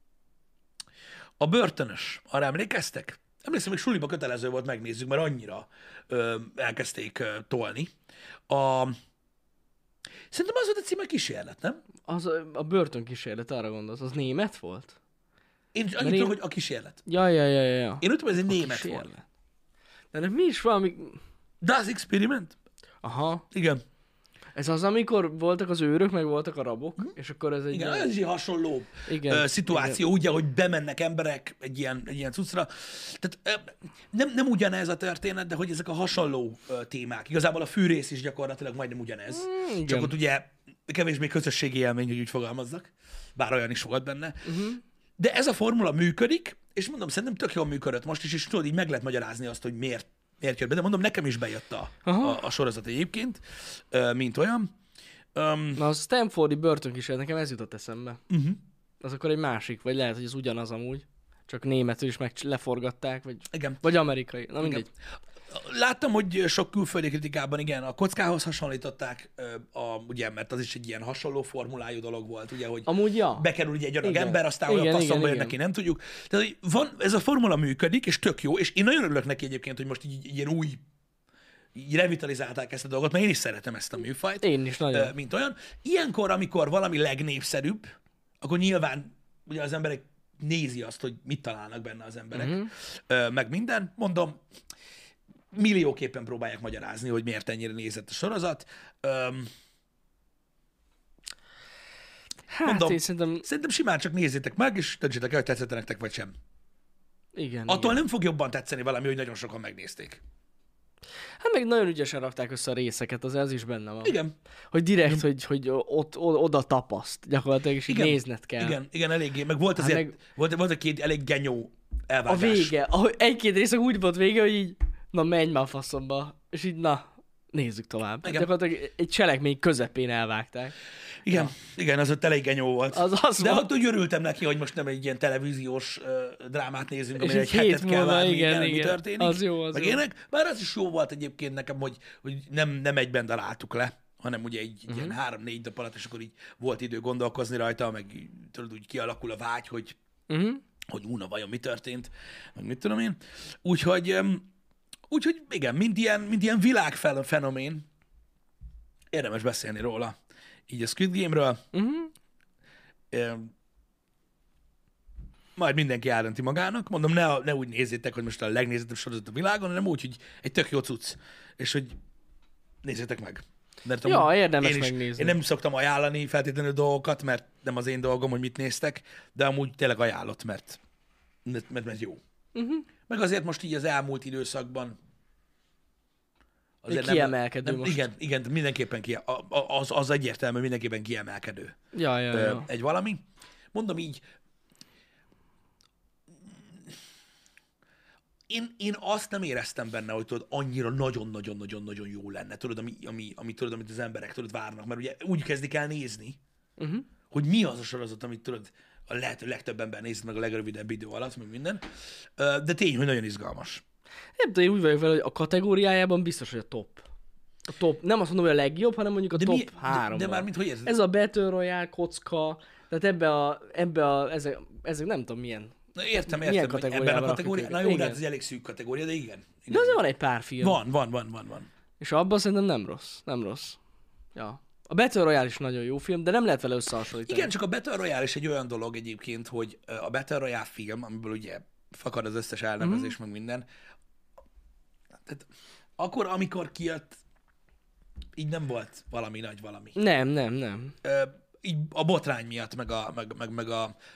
a Börtönös. Arra emlékeztek? Emlékszem, hogy suliba kötelező volt megnézzük, mert annyira elkezdték tolni. Szerintem az volt a címe Kísérlet, nem? Az a börtönkísérlet, arra gondolsz, az német volt? Én annyit tudom, hogy a kísérlet. Ja. Én úgy tudom, hogy ez egy német kísérlet. volt. De ennek mi is valami... Das Experiment? Aha. Igen. Ez az, amikor voltak az őrök, meg voltak a rabok, és akkor ez egy... Igen, ez is egy hasonló szituáció, igen. ugye, hogy bemennek emberek egy ilyen cuccra. Tehát nem ugyanez a történet, de hogy ezek a hasonló témák. Igazából a fűrész is gyakorlatilag majdnem ugyanez. Csak ott ugye kevésbé közösségi élmény, hogy úgy fogalmazzak. Bár olyan is volt benne. De ez a formula működik, és mondom, szerintem tök jól működött most is, és tudod, így meg lehet magyarázni azt, hogy miért jött be. De mondom, nekem is bejött a sorozat egyébként, mint olyan. Na, a Stanfordi börtönkísérlet, nekem ez jutott eszembe. Az akkor egy másik, vagy lehet, hogy ez ugyanaz amúgy. Csak németül is meg leforgatták, vagy amerikai. Na mindegy. Igen. Láttam, hogy sok külföldi kritikában, igen, a kockához hasonlították, ugye, mert az is egy ilyen hasonló formulájú dolog volt, ugye, hogy amúgy, ja. bekerül ugye egy adag ember, aztán olyan faszomba jön neki, nem tudjuk. Tehát, hogy van, ez a formula működik, és tök jó, és én nagyon örülök neki egyébként, hogy most így ilyen új, így revitalizálták ezt a dolgot, mert én is szeretem ezt a műfajt. Én is nagyon. Mint olyan. Ilyenkor, amikor valami legnépszerűbb, akkor nyilván ugye az emberek nézi azt, hogy mit találnak benne az emberek, meg minden. Mondom, millióképpen próbálják magyarázni, hogy miért ennyire nézett a sorozat. Hát mondom, én szerintem simán csak nézzétek meg, és döntsétek el, hogy tetszett nektek, vagy sem. Igen. Attól nem fog jobban tetszeni valami, hogy nagyon sokan megnézték. Hát meg nagyon ügyesen rakták össze a részeket, az is benne van. Igen. Hogy direkt, hogy ott oda tapaszt, gyakorlatilag, és így nézned kell. Igen, eléggé. Meg volt azért, volt egy elég genyó elvágás. A vége, ahogy egy-két rész úgy volt vége, hogy így, na menj már faszomba, és így, na, nézzük tovább. Igen. Gyakorlatilag egy cselekmény közepén elvágták. Igen, az ott elég genyó volt. De volt. úgy örültem neki, hogy most nem egy ilyen televíziós drámát nézünk, amire egy hét hetet kell várni, igen, mi történik. Az jó. Ének. Bár az is jó volt egyébként nekem, hogy nem egyben daráltuk le, hanem ugye egy ilyen 3-4 nap alatt, és akkor így volt idő gondolkozni rajta, meg tudod, úgy kialakul a vágy, hogy vajon mi történt, meg mit tudom én. Úgyhogy igen, mint ilyen világfenomén, érdemes beszélni róla. Így a Squid Game-ről. Majd mindenki eldönti magának. Mondom, ne úgy nézzétek, hogy most a legnézettebb sorozat a világon, hanem úgy, hogy egy tök jó cucc. És hogy nézzétek meg. Mert érdemes megnézni. Én nem szoktam ajánlani feltétlenül dolgokat, mert nem az én dolgom, hogy mit néztek, de amúgy tényleg ajánlott, mert jó. Meg azért most így az elmúlt időszakban azért kiemelkedő most. Igen, mindenképpen az egyértelmű, mindenképpen kiemelkedő. Ja. Egy valami. Mondom így, én azt nem éreztem benne, hogy tudod, annyira nagyon-nagyon-nagyon jó lenne, tudod, amit az emberek tudod várnak, mert ugye úgy kezdik el nézni, hogy mi az a sorozat, amit tudod, a lehető legtöbb ember nézett meg a legrövidebb idő alatt, meg minden, de tény, hogy nagyon izgalmas. Nem tudom, én úgy vagyok vele, hogy a kategóriában biztos, hogy a top. A top. Nem azt mondom, hogy a legjobb, hanem mondjuk a top 3. De már mint hogy ez a Battle Royale, kocka, tehát ebbe a ezek nem tudom milyen. Na értem, milyen kategóriában ebben a kategóriában. Na jó, de ez egy elég szűk kategória, de igen. De azért van egy pár film. Van. És abban szerintem nem rossz. Ja. A Battle Royale is nagyon jó film, de nem lehet vele összehasonlítani. Igen, csak a Battle Royale is egy olyan dolog egyébként, hogy a Battle Royale film, amiből ugye fakad az összes elnevezés, meg minden, tehát akkor, amikor kijött, így nem volt valami nagy valami. Nem. Így a botrány miatt, meg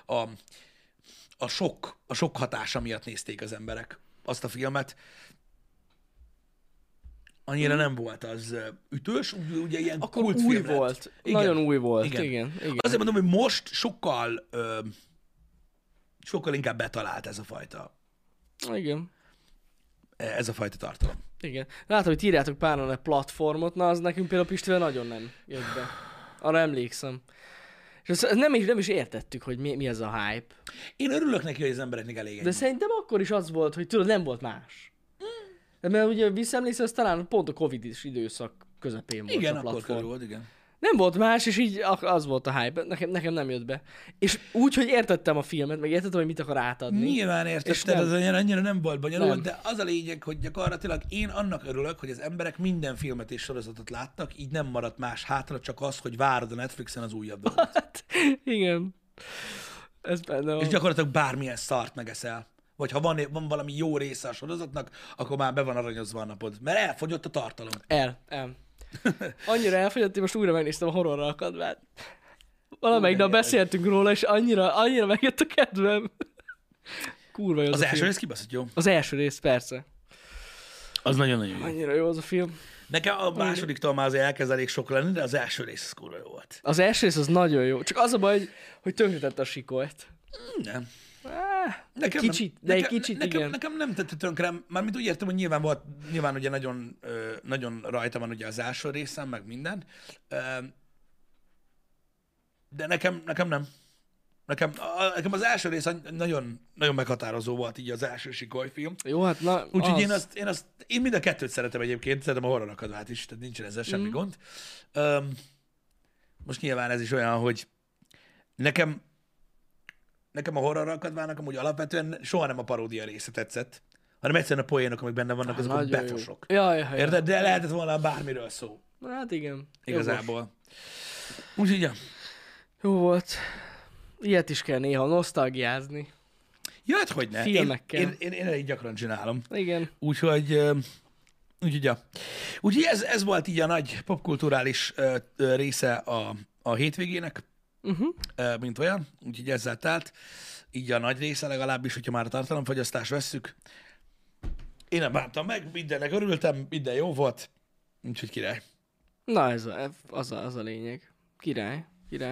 a sok hatása miatt nézték az emberek azt a filmet. annyira nem volt az ütős, ugye ilyen Akkor új kultfilm lett. volt. Igen. Nagyon új volt. Igen. Azért mondom, hogy most sokkal inkább betalált ez a fajta tartalom. Igen. Látom, hogy írjátok páran a platformot, na az nekünk például Pistivel nagyon nem jött be. Arra emlékszem. És ezt nem is értettük, hogy mi ez a hype. Én örülök neki, hogy az embereknek elég De szerintem akkor is az volt, hogy tudod, nem volt más. De mert ugye visszaemlékszel, az talán pont a Covid-is időszak közepén volt igen, a platform. akkor körül volt, igen. Nem volt más, és így az volt a hype. Nekem nem jött be. És úgy, hogy értettem a filmet, meg értettem, hogy mit akar átadni. Nyilván értetted, az annyira nem volt bonyolult, Nem. de az a lényeg, hogy gyakorlatilag én annak örülök, hogy az emberek minden filmet és sorozatot láttak, így nem maradt más hátra, csak az, hogy várod a Netflixen az újabb dolgot. Hát, igen. Ez benne van. És gyakorlatilag bármilyen szart megeszel. Vagy ha van valami jó része a sorozatnak, akkor már be van aranyozva a napod. Mert elfogyott a tartalom. El. Annyira elfogyott, hogy most újra megnéztem a horrorra akadvát. Valamelyik nap beszéltünk róla, és annyira megjött a kedvem. Kurva jó az Az a első film. rész kibaszott jó. Az első rész, persze. Az nagyon-nagyon jó. Annyira jó az a film. Nekem a másodiktól már azért elkezd elég sok lenni, de az első rész az kurva jó volt. Az első rész az nagyon jó. Csak az a baj, hogy tönkretette a sikolyt. Nem. Kicsit, de egy kicsit igen. Nekem nem tette tönkre, mármint úgy értem, hogy nyilván ugye nagyon, nagyon rajta van ugye az első részem, meg minden, de nekem nem. Nekem az első rész nagyon, nagyon meghatározó volt így az első sikolyfilm. Jó, hát na, Úgyhogy én mind a kettőt szeretem egyébként, szeretem a horror akadvát is, tehát nincsen ezzel semmi gond. Most nyilván ez is olyan, hogy nekem a horror akadvának amúgy alapvetően soha nem a paródia része tetszett, hanem egyszerűen a poénok, amik benne vannak, azok nagyon befosok. jó. Ja. Érted? De lehetett volna bármiről szó. Hát igen. Igazából. Úgyhogy ja. Jó volt. Ilyet is kell néha nosztalgiázni. Ja, hát hogyne. Filmekkel. Én elég gyakran csinálom. Igen. Úgyhogy ja. Úgyhogy ez volt így a nagy popkulturális része a hétvégének, mint olyan. Úgyhogy ezzel telt. Így a nagy része legalábbis, hogyha már a tartalomfogyasztást vesszük. Én nem bántam meg, mindennek örültem, minden jó volt. Úgyhogy király. Na ez az a lényeg. Király.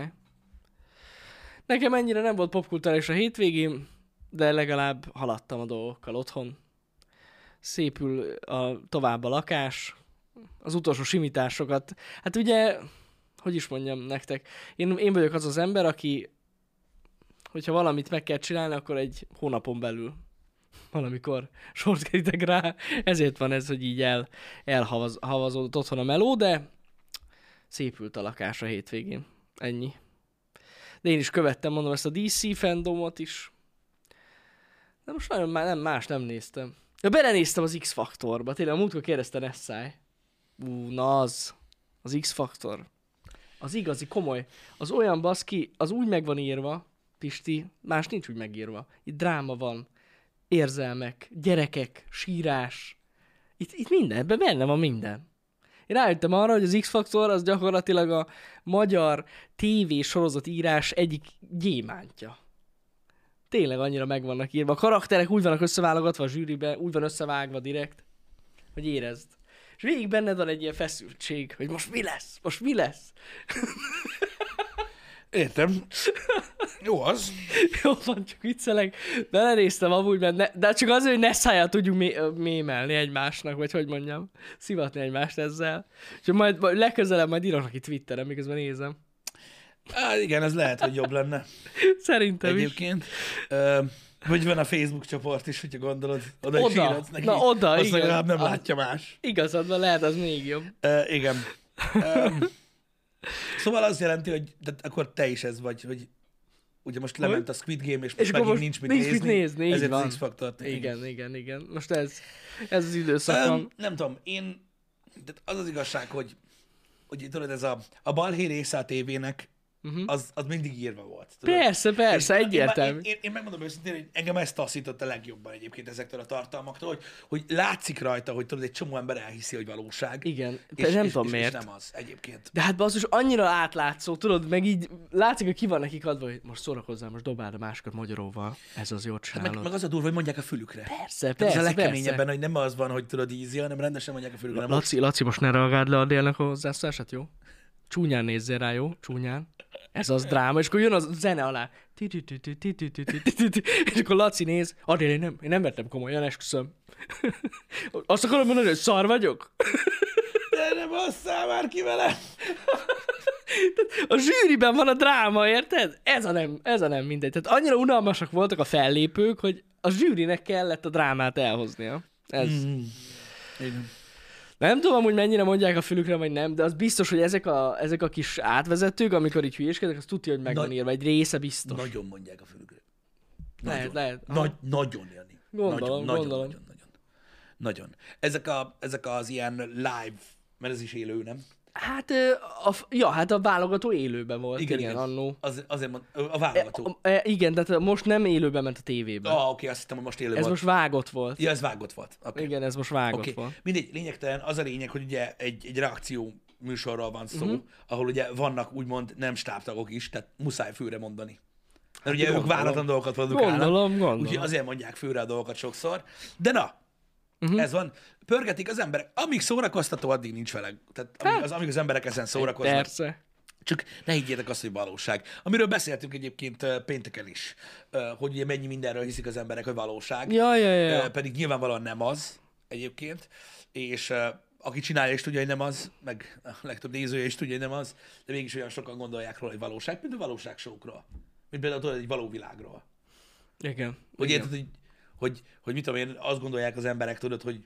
Nekem ennyire nem volt popkulturális a hétvégén, de legalább haladtam a dolgokkal otthon. Szépül tovább a lakás, az utolsó simításokat. Hát ugye, hogy is mondjam nektek, én vagyok az az ember, aki, hogyha valamit meg kell csinálni, akkor egy hónapon belül valamikor sort kerítek rá. Ezért van ez, hogy így elhavazódott otthon a meló, de szépült a lakás a hétvégén. Ennyi. De én is követtem, mondom, ezt a DC fandomot is. De most nagyon nem néztem. Ja, belenéztem az X-faktorba. Tényleg, a múltkor kérdezte Nessai. Na az X-faktor. Az igazi, komoly. Az olyan baszki, az úgy meg van írva, Pisti, más nincs úgy megírva. Itt dráma van, érzelmek, gyerekek, sírás. Itt minden, ebben benne van minden. Én rájöttem arra, hogy az X-faktor az gyakorlatilag a magyar TV sorozatírás egyik gyémántja. Tényleg annyira meg vannak írva. A karakterek úgy vannak összeválogatva a zsűribe, úgy van összevágva direkt, hogy érezd. És végig benned van egy ilyen feszültség, hogy most mi lesz? Értem. Jó az. Jó van, csak viccelek. Belenéztem amúgy, de csak azért, hogy ne szájjal tudjunk mémelni egymásnak, vagy hogy mondjam, szivatni egymást ezzel. És majd legközelebb majd írok neki Twitteren, miközben nézem. Igen, ez lehet, hogy jobb lenne. Szerintem egyébként. Vagy van a Facebook csoport is, hogyha gondolod. Oda is írhatsz neki. Na oda, azt igen. legalább nem látja más. Igazad van, lehet az még jobb. Igen. Szóval az jelenti, hogy akkor te is ez vagy, hogy ugye most lement a Squid Game, és most megint nincs mit nézni. Ezért az X-faktort. Igen. Most ez az időszak van. Nem tudom, tehát az az igazság, hogy tudod, ez a balhé része a tévének, az mindig írva volt. Tudod? Persze, egyértelmű. Én megmondom őszintén, hogy engem ezt taszított a legjobban egyébként ezektől a tartalmaktól, hogy látszik rajta, hogy tudod, egy csomó ember elhiszi, hogy valóság. Igen, nem tudom miért. És nem az egyébként. De hát basszus, annyira átlátszó, tudod, meg így látszik, hogy ki van nekik adva, hogy most szórakozzál, most dobáld a másikat magyaróval, ez az jót csinálod. Meg az a durva, hogy mondják a fülükre. Persze, ez a legkeményebben, hogy nem az van, hogy tudod easy, hanem rendesen mondják a fülükre. Laci, most ne reagáld le a Délnek a hozzászólását, jó? Csúnyán nézzél rá, jó? Csúnyán. Ez az dráma, és akkor jön a zene alá. És akkor Laci néz, Adél, én nem vettem komolyan, esküszöm. Azt akarom mondani, hogy szar vagyok? De nem basszál már ki vele! A zsűriben van a dráma, érted? Ez a nem mindegy. Tehát annyira unalmasak voltak a fellépők, hogy a zsűrinek kellett a drámát elhoznia. Ez... Nem tudom, hogy mennyire mondják a fülükre, vagy nem, de az biztos, hogy ezek a kis átvezetők, amikor így hülyéskednek, az tudja, hogy meg van írva, egy része biztos. Nagyon mondják a fülükre. Lehet. Nagyon, Jani. Gondolom. Nagyon. Ezek az ilyen live, mert ez is élő, nem? Hát, hát a válogató élőben volt. Igen, annó. Azért mond, a válogató. Igen, tehát most nem élőben ment a tévében. Oké, azt hittem, hogy most élő volt. Ez most vágott volt. Ja, ez vágott volt. Okay. Igen, ez most vágott volt. Mindegy, lényegtelen az a lényeg, hogy ugye egy reakció műsorral van szó, ahol ugye vannak úgymond nem stábtagok is, tehát muszáj főre mondani. Mert ugye ők váratlan dolgokat produkálnak. Gondolom. Úgyhogy azért mondják főre a dolgokat sokszor. De na, ez van. Pörgetik az emberek. Amíg szórakoztató, addig nincs vele. Tehát amíg az emberek ezen szórakoznak. Persze. Csak ne higgyétek azt, hogy valóság. Amiről beszéltünk egyébként pénteken is, hogy ugye mennyi mindenről hiszik az emberek, hogy valóság. Ja. Pedig nyilvánvalóan nem az egyébként. És aki csinálja is tudja, hogy nem az, meg a legtöbb nézője is tudja, hogy nem az, de mégis olyan sokan gondolják róla, hogy valóság, mint a valóságsókról. Mint például tudod, egy való világról. Igen. Hogy érted, hogy mit tudom én, azt gondolják az emberek, tudod, hogy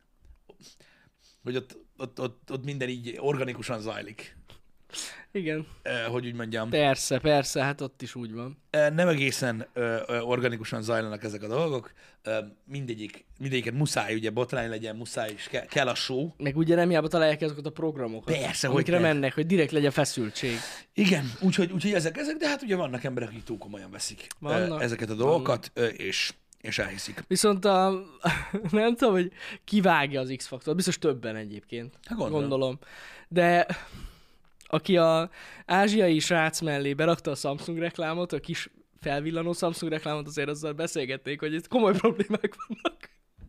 ott minden így organikusan zajlik. Igen. Hogy úgy mondjam. Persze, hát ott is úgy van. Nem egészen organikusan zajlanak ezek a dolgok. Mindegyiket muszáj, ugye botrány legyen, muszáj, és kell a show. Meg ugye nem hiába találják ezeket a programokat. Persze, amikre mennek, hogy direkt legyen feszültség. Igen, úgyhogy ezek, de hát ugye vannak emberek, akik túl komolyan veszik ezeket a dolgokat, és elhiszik. Viszont nem tudom, hogy kivágja az X-faktort, biztos többen egyébként. Hát gondolom. De aki a ázsiai srác mellé berakta a Samsung reklámot, a kis felvillanó Samsung reklámot, azért azzal beszélgették, hogy itt komoly problémák vannak.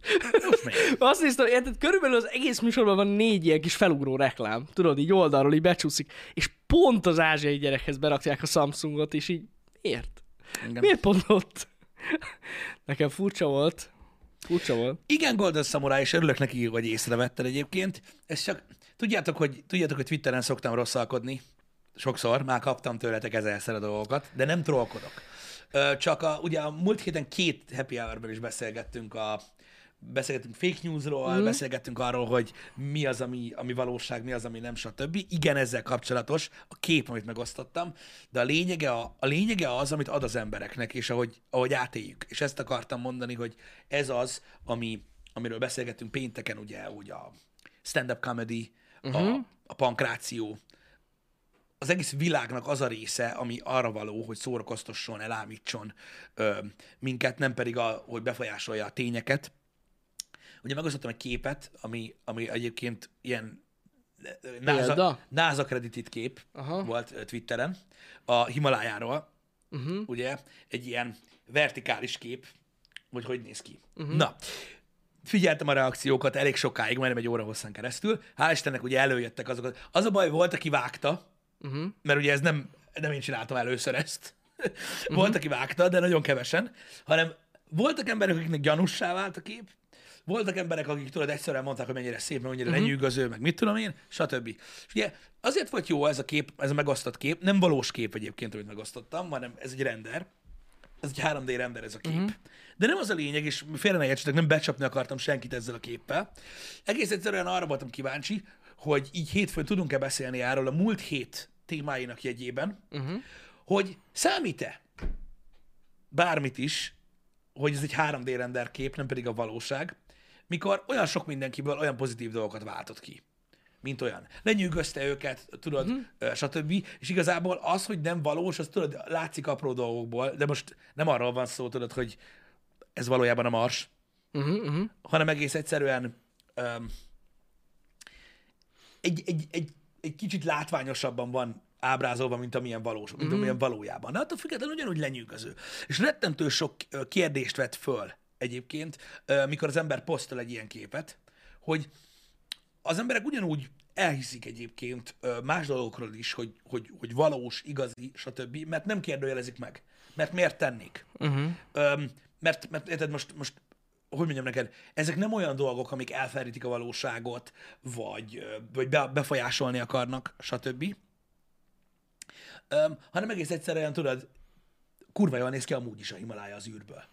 Azt néztem, érted, körülbelül az egész műsorban van 4 ilyen kis felugró reklám. Tudod, így oldalról így becsúszik, és pont az ázsiai gyerekhez berakják a Samsungot, és így miért pont ott? Nekem furcsa volt. Igen, Golden Samurai, és örülök neki, hogy észrevetted egyébként. Ez csak, tudjátok, hogy Twitteren szoktam rosszalkodni. Sokszor, már kaptam tőletek ezerszer a dolgokat, de nem trollkodok. Csak ugye a múlt héten 2 happy hour-ben is beszélgettünk fake newsról, beszélgettünk arról, hogy mi az, ami valóság, mi az, ami nem, stb. Igen, ezzel kapcsolatos a kép, amit megosztottam, de a lényege az, amit ad az embereknek, és ahogy átéljük. És ezt akartam mondani, hogy ez az, amiről beszélgettünk pénteken, ugye, hogy a stand-up comedy, a pankráció, az egész világnak az a része, ami arra való, hogy szórakoztasson, elámítson minket, nem pedig hogy befolyásolja a tényeket. Ugye megosztottam egy képet, ami egyébként ilyen NASA credited kép volt Twitteren, a Himalájáról, ugye, egy ilyen vertikális kép, hogy néz ki. Na, figyeltem a reakciókat elég sokáig, majdnem egy óra hosszan keresztül. Hál' Istennek ugye előjöttek azokat. Az a baj, volt, aki vágta, mert ugye ez nem én csináltam először ezt. Volt, aki vágta, de nagyon kevesen, hanem voltak emberek, akiknek gyanussá vált a kép, voltak emberek, akik tudod, egyszerűen mondták, hogy mennyire szép, meg mennyire lenyűgöző, meg mit tudom én, stb. És ugye azért volt jó ez a kép, ez a megosztott kép, nem valós kép egyébként, amit megosztottam, hanem ez egy render, ez egy 3D render ez a kép. De nem az a lényeg, és félre ne értsetek, nem becsapni akartam senkit ezzel a képpel. Egész egyszerűen arra voltam kíváncsi, hogy így hétfőn tudunk-e beszélni erről a múlt hét témáinak jegyében, hogy számít-e bármit is, hogy ez egy 3D render kép, nem pedig a valóság, mikor olyan sok mindenkiből olyan pozitív dolgokat váltott ki. mint olyan. Lenyűgözte őket, tudod, stb. És igazából az, hogy nem valós, az tudod, látszik apró dolgokból, de most nem arról van szó, tudod, hogy ez valójában a Mars, hanem egész egyszerűen egy kicsit látványosabban van ábrázolva, mint amilyen valós, mint amilyen valójában. De attól függetlenül ugyanúgy lenyűgöző. És rettentő sok kérdést vett föl egyébként, mikor az ember posztol egy ilyen képet, hogy az emberek ugyanúgy elhiszik egyébként más dolgokról is, hogy valós, igazi, stb., mert nem kérdőjelezik meg. Mert miért tennék? Mert érted, most hogy mondjam neked, ezek nem olyan dolgok, amik elfelejtik a valóságot, vagy befolyásolni akarnak, stb., hanem egész egyszerűen, tudod, kurva jól néz ki amúgy is a Himalája az űrből.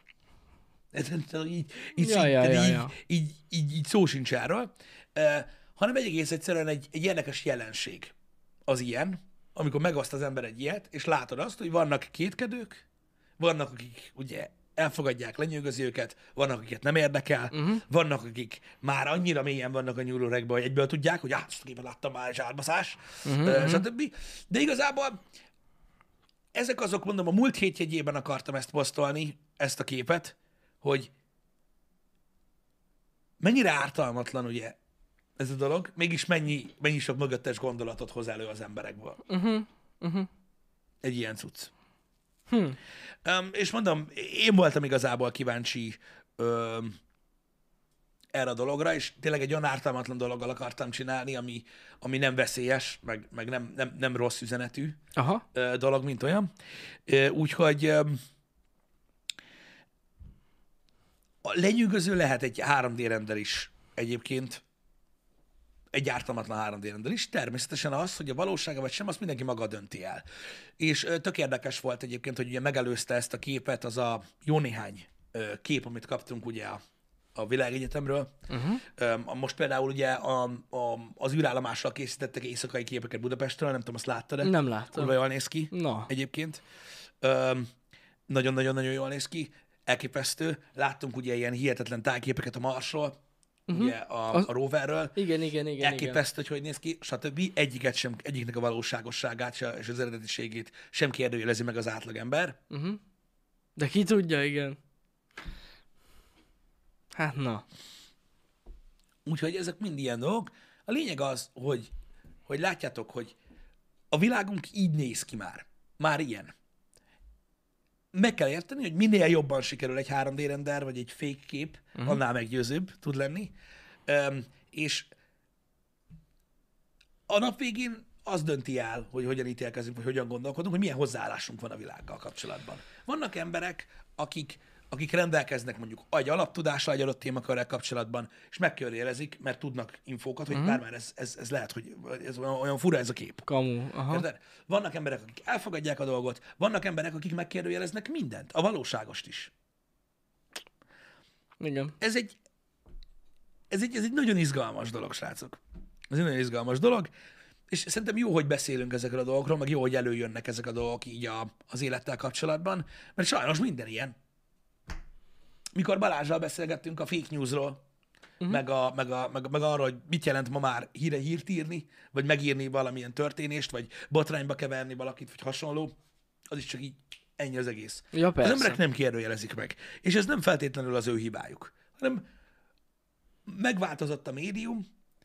Így szó sincs erről, hanem egész egyszerűen egy érdekes jelenség az ilyen, amikor megoszt az ember egy ilyet, és látod azt, hogy vannak kétkedők, vannak, akik ugye elfogadják, lenyűgözi őket, vannak, akiket nem érdekel, vannak, akik már annyira mélyen vannak a nyúlóregben, hogy egyből tudják, hogy azt képen láttam már, és átbaszás, stb. De igazából ezek azok, mondom, a múlt hét jegyében akartam ezt posztolni, ezt a képet, hogy mennyire ártalmatlan ugye ez a dolog, mégis mennyi sok mögöttes gondolatot hoz elő az emberekből. Egy ilyen cucc. És mondom, én voltam igazából kíváncsi erre a dologra, és tényleg egy olyan ártalmatlan dologgal akartam csinálni, ami nem veszélyes, meg nem rossz üzenetű dolog, mint olyan. Úgyhogy a lenyűgöző lehet egy 3D render is egyébként, egy ártalmatlan 3D render is. Természetesen az, hogy a valósága vagy sem, azt mindenki maga dönti el. És tök érdekes volt egyébként, hogy ugye megelőzte ezt a képet az a jó néhány kép, amit kaptunk ugye a Világegyetemről. Most például ugye az űrállomással készítettek éjszakai képeket Budapestről, nem tudom, azt láttad-e? Nem láttam. Kurva jól néz ki Na. egyébként. Nagyon-nagyon-nagyon jól néz ki. Elképesztő. Láttunk ugye ilyen hihetetlen tájképeket a Marsról, ugye a roverről. Igen. Elképesztő, hogy néz ki, stb. Egyiknek a valóságosságát és az eredetiségét sem kérdőjelezi meg az átlagember. De ki tudja, igen. Hát na. Úgyhogy ezek mind ilyen dolgok. A lényeg az, hogy látjátok, hogy a világunk így néz ki már. Már ilyen. Meg kell érteni, hogy minél jobban sikerül egy 3D render, vagy egy fake kép, annál meggyőzőbb tud lenni. És a nap végén az dönti el, hogy hogyan ítélkezünk, vagy hogyan gondolkodunk, hogy milyen hozzáállásunk van a világgal kapcsolatban. Vannak emberek, akik rendelkeznek mondjuk egy alaptudással egy adott témakörrel kapcsolatban, és megkérdőjelezik, mert tudnak infókat, hogy már ez lehet, hogy ez olyan fura ez a kép. Kamu, Érted? Vannak emberek, akik elfogadják a dolgot, vannak emberek, akik megkérdőjeleznek mindent, a valóságost is. Igen. Ez egy nagyon izgalmas dolog, srácok. Ez egy nagyon izgalmas dolog, és szerintem jó, hogy beszélünk ezekről a dolgokról, meg jó, hogy előjönnek ezek a dolgok így az élettel kapcsolatban, mert sajnos minden ilyen. Mikor Balázsral beszélgettünk a fake newsról, meg arról, hogy mit jelent ma már hírt írni, vagy megírni valamilyen történést, vagy botrányba keverni valakit, vagy hasonló, az is csak így ennyi az egész. Ja, az persze. emberek nem kérdőjelezik meg. És ez nem feltétlenül az ő hibájuk, hanem megváltozott a médium,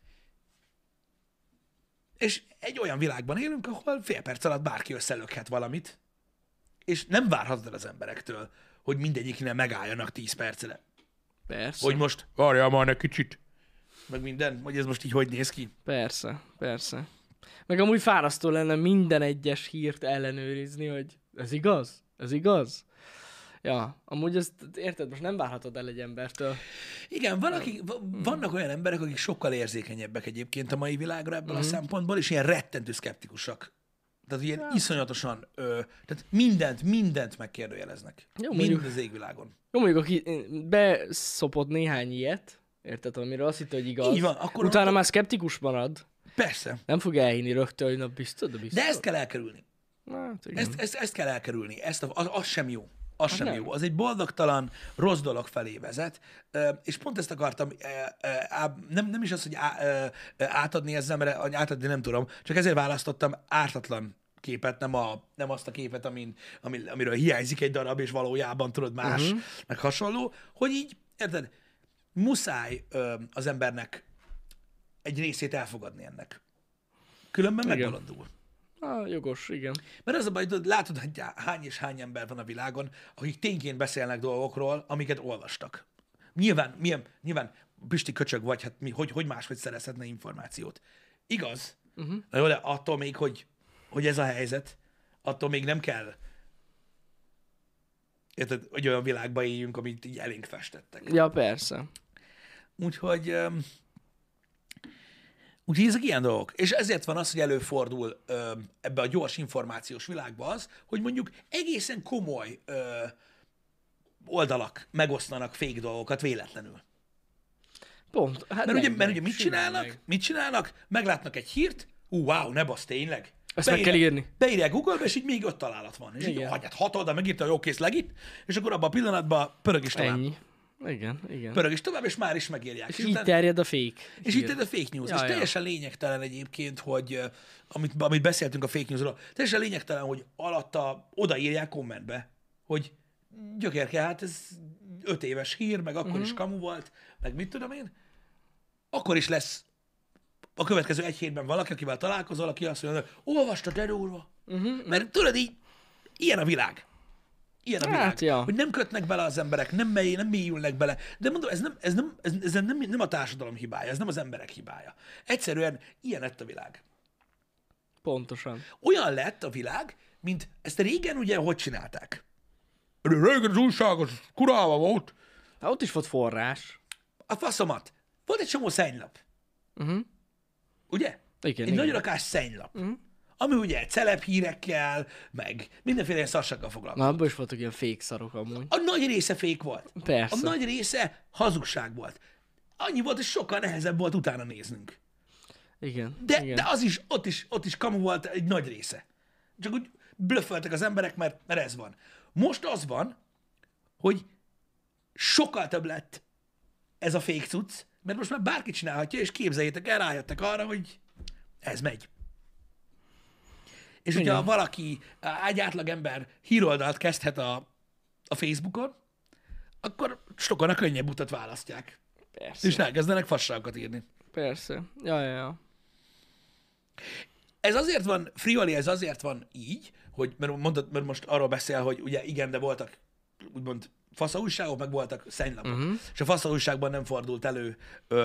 és egy olyan világban élünk, ahol fél perc alatt bárki összelökhet valamit, és nem várhatod el az emberektől, hogy mindegyiknél megálljanak 10 percre. Persze. Hogy most várjál már egy kicsit. Meg minden, hogy ez most így hogy néz ki. Persze. Meg amúgy fárasztó lenne minden egyes hírt ellenőrizni, hogy ez igaz? Ja, amúgy ezt érted, most nem várhatod el egy embertől. Igen, vannak olyan emberek, akik sokkal érzékenyebbek egyébként a mai világra ebből a szempontból, és ilyen rettentő szkeptikusak. Tehát ilyen iszonyatosan, tehát mindent megkérdőjeleznek. Jó, Mind az égvilágon. Jó, mondjuk aki beszopott néhány ilyet, érted, amiről azt hitte, hogy igaz, Így van, akkor utána már szkeptikus marad, persze. nem fog elhinni rögtön, hogy na biztos. De ezt kell elkerülni. Hát, igen. Ezt kell elkerülni. Az sem jó. az sem nem. jó. Az egy boldogtalan, rossz dolog felé vezet, és pont ezt akartam, nem is az, hogy átadni ezzel, mert átadni nem tudom, csak ezért választottam ártatlan képet, nem azt a képet, amiről hiányzik egy darab, és valójában tudod más, meg hasonló, hogy így, érted, muszáj az embernek egy részét elfogadni ennek. Különben megbolondul. Jogos, igen. Mert az a baj, hogy látod, hogy hány és hány ember van a világon, akik tényként beszélnek dolgokról, amiket olvastak. Nyilván Pisti köcsög vagy, hát hogy máshogy szerezhetne információt. Igaz? Na jó, de attól még, hogy ez a helyzet, attól még nem kell, érted, hogy olyan világban éljünk, amit így elénk festettek. Ja, persze. Úgyhogy ezek ilyen dolgok. És ezért van az, hogy előfordul ebbe a gyors információs világba az, hogy mondjuk egészen komoly oldalak megosztanak fake dolgokat véletlenül. Pont. Hát Mert ugye mit csinálnak? Mit csinálnak? Meglátnak egy hírt, wow, ne basz, tényleg. Ezt meg kell írni. Beírják Google-be, és így még 5 találat van. És így, hát 6 oldal megírta, hogy jó, kész, legit, és akkor abban a pillanatban pörög is tovább. Ennyi. Igen. Pörög is tovább, és már is megírják. És így terjed a fake. És itt a fake news. És teljesen lényegtelen egyébként, hogy amit beszéltünk a fake newsról, teljesen lényegtelen, hogy alatta odaírják kommentbe, hogy gyökérke, hát ez 5 éves hír, meg akkor is kamu volt, meg mit tudom én. Akkor is lesz a következő 1 hétben valaki, akivel találkozol, aki azt mondja, hogy olvastad, de durva. Mert tudod így, ilyen a világ. Ilyen a világ, hogy nem kötnek bele az emberek, nem mélyülnek bele. De mondom, ez nem a társadalom hibája, ez nem az emberek hibája. Egyszerűen ilyen lett a világ. Pontosan. Olyan lett a világ, mint ezt régen ugye hogy csinálták? Régen az újság, az kurálva volt. Hát ott is volt forrás. A faszomat. Volt egy csomó szennylap. Ugye? Igen, egy nagy rakás szennylap. Ami ugye celeb-hírekkel, meg mindenféle ilyen szarsággal foglalkozott. Na, abban is voltak ilyen fake szarok amúgy. A nagy része fake volt. Persze. A nagy része hazugság volt. Annyi volt, hogy sokkal nehezebb volt utána néznünk. Igen. De az is, ott is kamu volt egy nagy része. Csak úgy blöfföltek az emberek, mert ez van. Most az van, hogy sokkal több lett ez a fake cucc, mert most már bárki csinálhatja, és képzeljétek el, rájöttek arra, hogy ez megy. És hogyha valaki, egy átlag ember híroldalt kezdhet a Facebookon, akkor sokan a könnyebb utat választják. Persze. És elkezdenek fasságokat írni. Persze. Ja. Ez azért van, Frioli, ez azért van így, hogy, mert most arról beszél, hogy ugye igen, de voltak úgymond fasza újságok, meg voltak szennylapok. És a fasza újságban nem fordult elő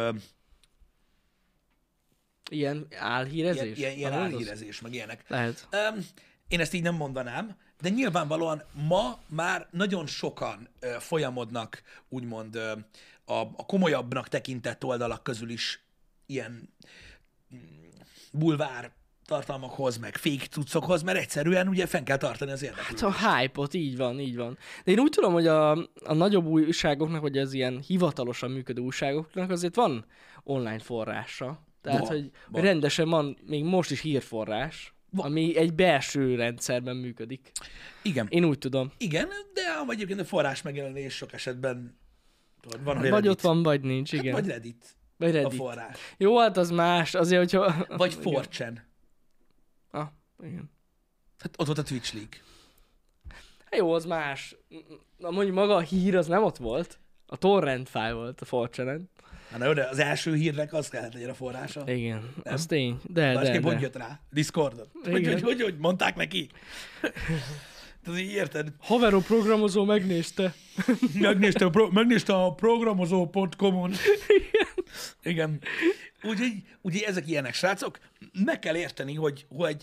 ilyen álhírezés? Ilyen álhírezés, meg ilyenek. Lehet. Én ezt így nem mondanám, de nyilvánvalóan ma már nagyon sokan folyamodnak, úgymond a komolyabbnak tekintett oldalak közül is ilyen bulvár tartalmakhoz, meg fake cuccokhoz, mert egyszerűen ugye fenn kell tartani az érdeklődést. Hát a hype-ot, így van. De én úgy tudom, hogy a nagyobb újságoknak, vagy az ilyen hivatalosan működő újságoknak azért van online forrása. Tehát, hogy rendesen van még most is hírforrás, ami egy belső rendszerben működik. Igen. Én úgy tudom. Igen, de egyébként a forrás megjelenés sok esetben van, hogy vagy ott van, vagy nincs, igen. Hát, vagy Reddit. A forrás. Jó, hát az más, azért, hogyha... Vagy 4chan. Igen. Hát ott volt a Twitch League. Hát jó, az más. Mondjuk maga a hír az nem ott volt. A torrent file volt a 4chan-en. Na jó, de az első hírnek az kellett legyen a forrása. Igen, nem? Az tény. De. Hogy jött rá? Discordon. Hogy mondták neki? Tehát így érted? Haveró programozó megnézte. Megnézte a programozó.com-on. Igen. Úgyhogy ezek ilyenek, srácok. Meg kell érteni, hogy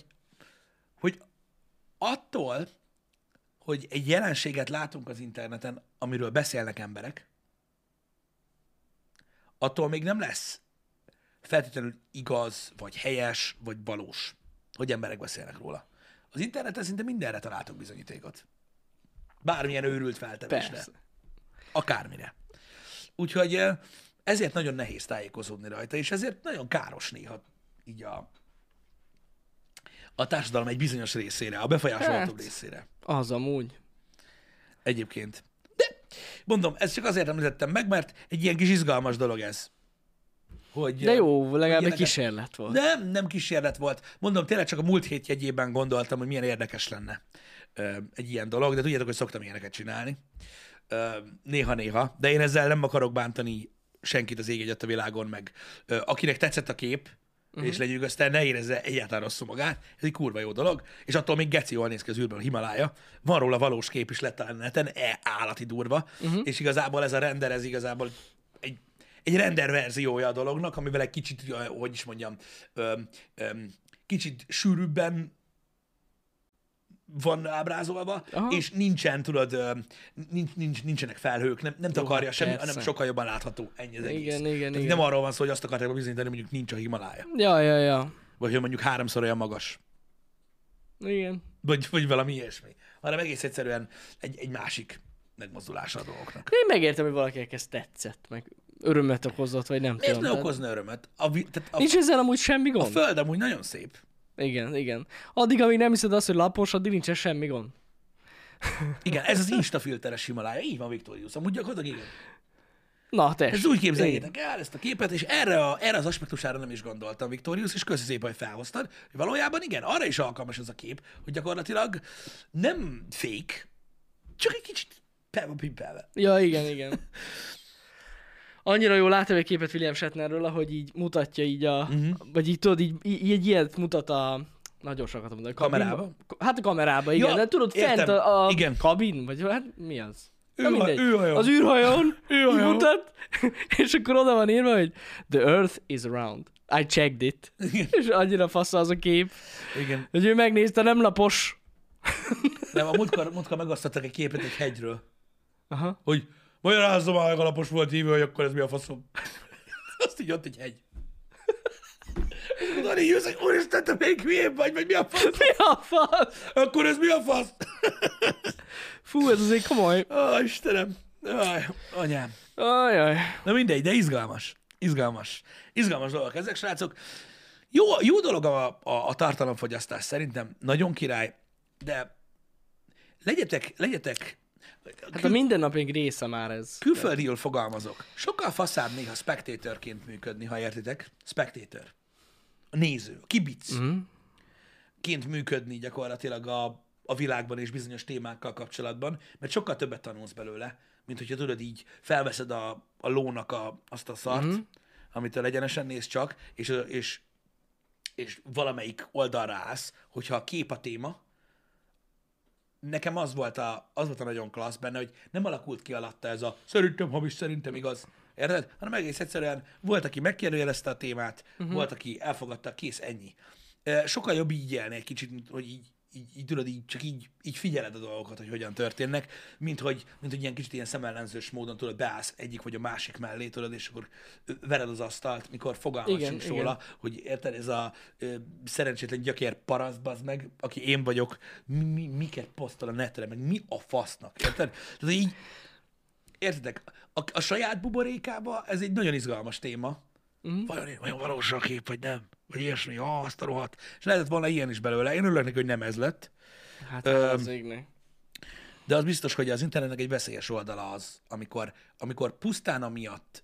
attól, hogy egy jelenséget látunk az interneten, amiről beszélnek emberek, attól még nem lesz feltétlenül igaz, vagy helyes, vagy valós, hogy emberek beszélnek róla. Az interneten szinte mindenre találtok bizonyítékot. Bármilyen őrült feltevésre. Persze. Akármire. Úgyhogy ezért nagyon nehéz tájékozódni rajta, és ezért nagyon káros néha így a társadalom egy bizonyos részére, a befolyásolható részére. Az amúgy. egyébként. De mondom, ezt csak azért említettem meg, mert egy ilyen kis izgalmas dolog ez. Hogy, De jó, legalább egy ilyeneket- kísérlet volt. nem kísérlet volt. Mondom, tényleg csak a múlt hét jegyében gondoltam, hogy milyen érdekes lenne egy ilyen dolog, de tudjátok, hogy szoktam ilyeneket csinálni. Néha-néha, de én ezzel nem akarok bántani senkit az ég egyet a világon, meg akinek tetszett a kép, és lenyűgözte, ne érezze egyáltalán rosszul magát, ez egy kurva jó dolog, és attól még geci jól néz ki az űrben a Himalája. Van róla valós kép is lett a neten, állati durva, és igazából ez a render, ez igazából egy render verziója a dolognak, amivel egy kicsit, hogy is mondjam, kicsit sűrűbben van ábrázolva, és nincsen, tudod, nincsenek felhők, nem takarja semmi, persze. hanem sokkal jobban látható, ennyi az egész. Igen. Nem arról van szó, hogy azt akarták bizonyítani, mondjuk nincs a Himalája. Ja. Vagy hogy mondjuk 3-szor olyan magas. Igen. Vagy valami ilyesmi. Hanem egész egyszerűen egy másik megmozdulása a dolgoknak. Én megértem, hogy valakinek ez tetszett, meg örömet okozott, vagy nem Miért tudom. ne tehát okozna örömet? Nincs ezzel amúgy semmi A gond? Föld amúgy nagyon szép. Igen. Addig, amíg nem hiszed azt, hogy lapos, addig nincsen semmi gond. Igen, ez az instafilteres Himalája. Így van, Victorius. Amúgy gyakorlatilag igen. Na, tessék. Ez úgy képzeljétek el ezt a képet, és erre az aspektusára nem is gondoltam, Victorius, és köszi szépen, hogy felhoztad, hogy valójában igen, arra is alkalmas ez a kép, hogy gyakorlatilag nem fake, csak egy kicsit fel van pimpelve. Ja, igen. Annyira jól látom egy képet William Shatnerről, ahogy így mutatja így vagy így tudod, így egy ilyet mutat a... Nagyon sokat mondani. Kamerába? Hát a kamerába, igen. Ja, De tudod, értem. fent a Igen. kabin, vagy hát mi az? Na mindegy. űrhajó. Az űrhajón Űrhajó. így mutat, és akkor oda van írva, hogy The Earth is round. I checked it. És annyira fasz az a kép, Igen. hogy ő megnézte, nem lapos. Nem, a múltkor megosztottak egy képet egy hegyről, Aha. hogy magyarázzam már, hogy alapos volt hívő, hogy akkor ez mi a faszom. Azt így ott egy hegy. És utána így jössz, hogy úristen, te még hülyébb vagy mi a fasz? Mi a fasz? Akkor ez mi a fasz? Fú, ez azért komoly. Ó, Istenem. Aj, anyám. Ajaj. Na mindegy, de izgalmas. Izgalmas dolgok ezek, srácok. Jó dolog a tartalomfogyasztás szerintem. Nagyon király, de legyetek Hát a mindennapink része már ez. külföldiül fogalmazok. Sokkal faszább néha spectatorként működni, ha értitek. Spectator. A néző, a kibic. Ként működni gyakorlatilag a világban és bizonyos témákkal kapcsolatban, mert sokkal többet tanulsz belőle, mint hogyha tudod így felveszed a lónak azt a szart, amitől egyenesen néz csak, és valamelyik oldalra állsz, hogyha a kép a téma. Nekem az volt a nagyon klassz benne, hogy nem alakult ki alatta ez a szerintem hamis, szerintem igaz, érted? Hanem egész egyszerűen volt, aki megkérdőjelezte a témát, volt, aki elfogadta, kész, ennyi. Sokkal jobb így élni egy kicsit, hogy így tudod, csak így figyeled a dolgokat, hogy hogyan történnek, mint hogy ilyen kicsit ilyen szemellenzős módon tudod, beállsz egyik vagy a másik mellé, tudod, és akkor vered az asztalt, mikor fogalmad sincs róla, hogy érted, ez a szerencsétlen gyökér paraszt, bazd meg, aki én vagyok, miket posztol a netre, meg mi a fasznak, érted? Tehát így, értedek, a saját buborékába ez egy nagyon izgalmas téma, vajon valós a kép, vagy nem? Vagy ilyesmi, azt a rohadt. És lehetett volna ilyen is belőle. Én örülök neki, hogy nem ez lett. Hát az égnek. De az biztos, hogy az internetnek egy veszélyes oldala az, amikor pusztán amiatt,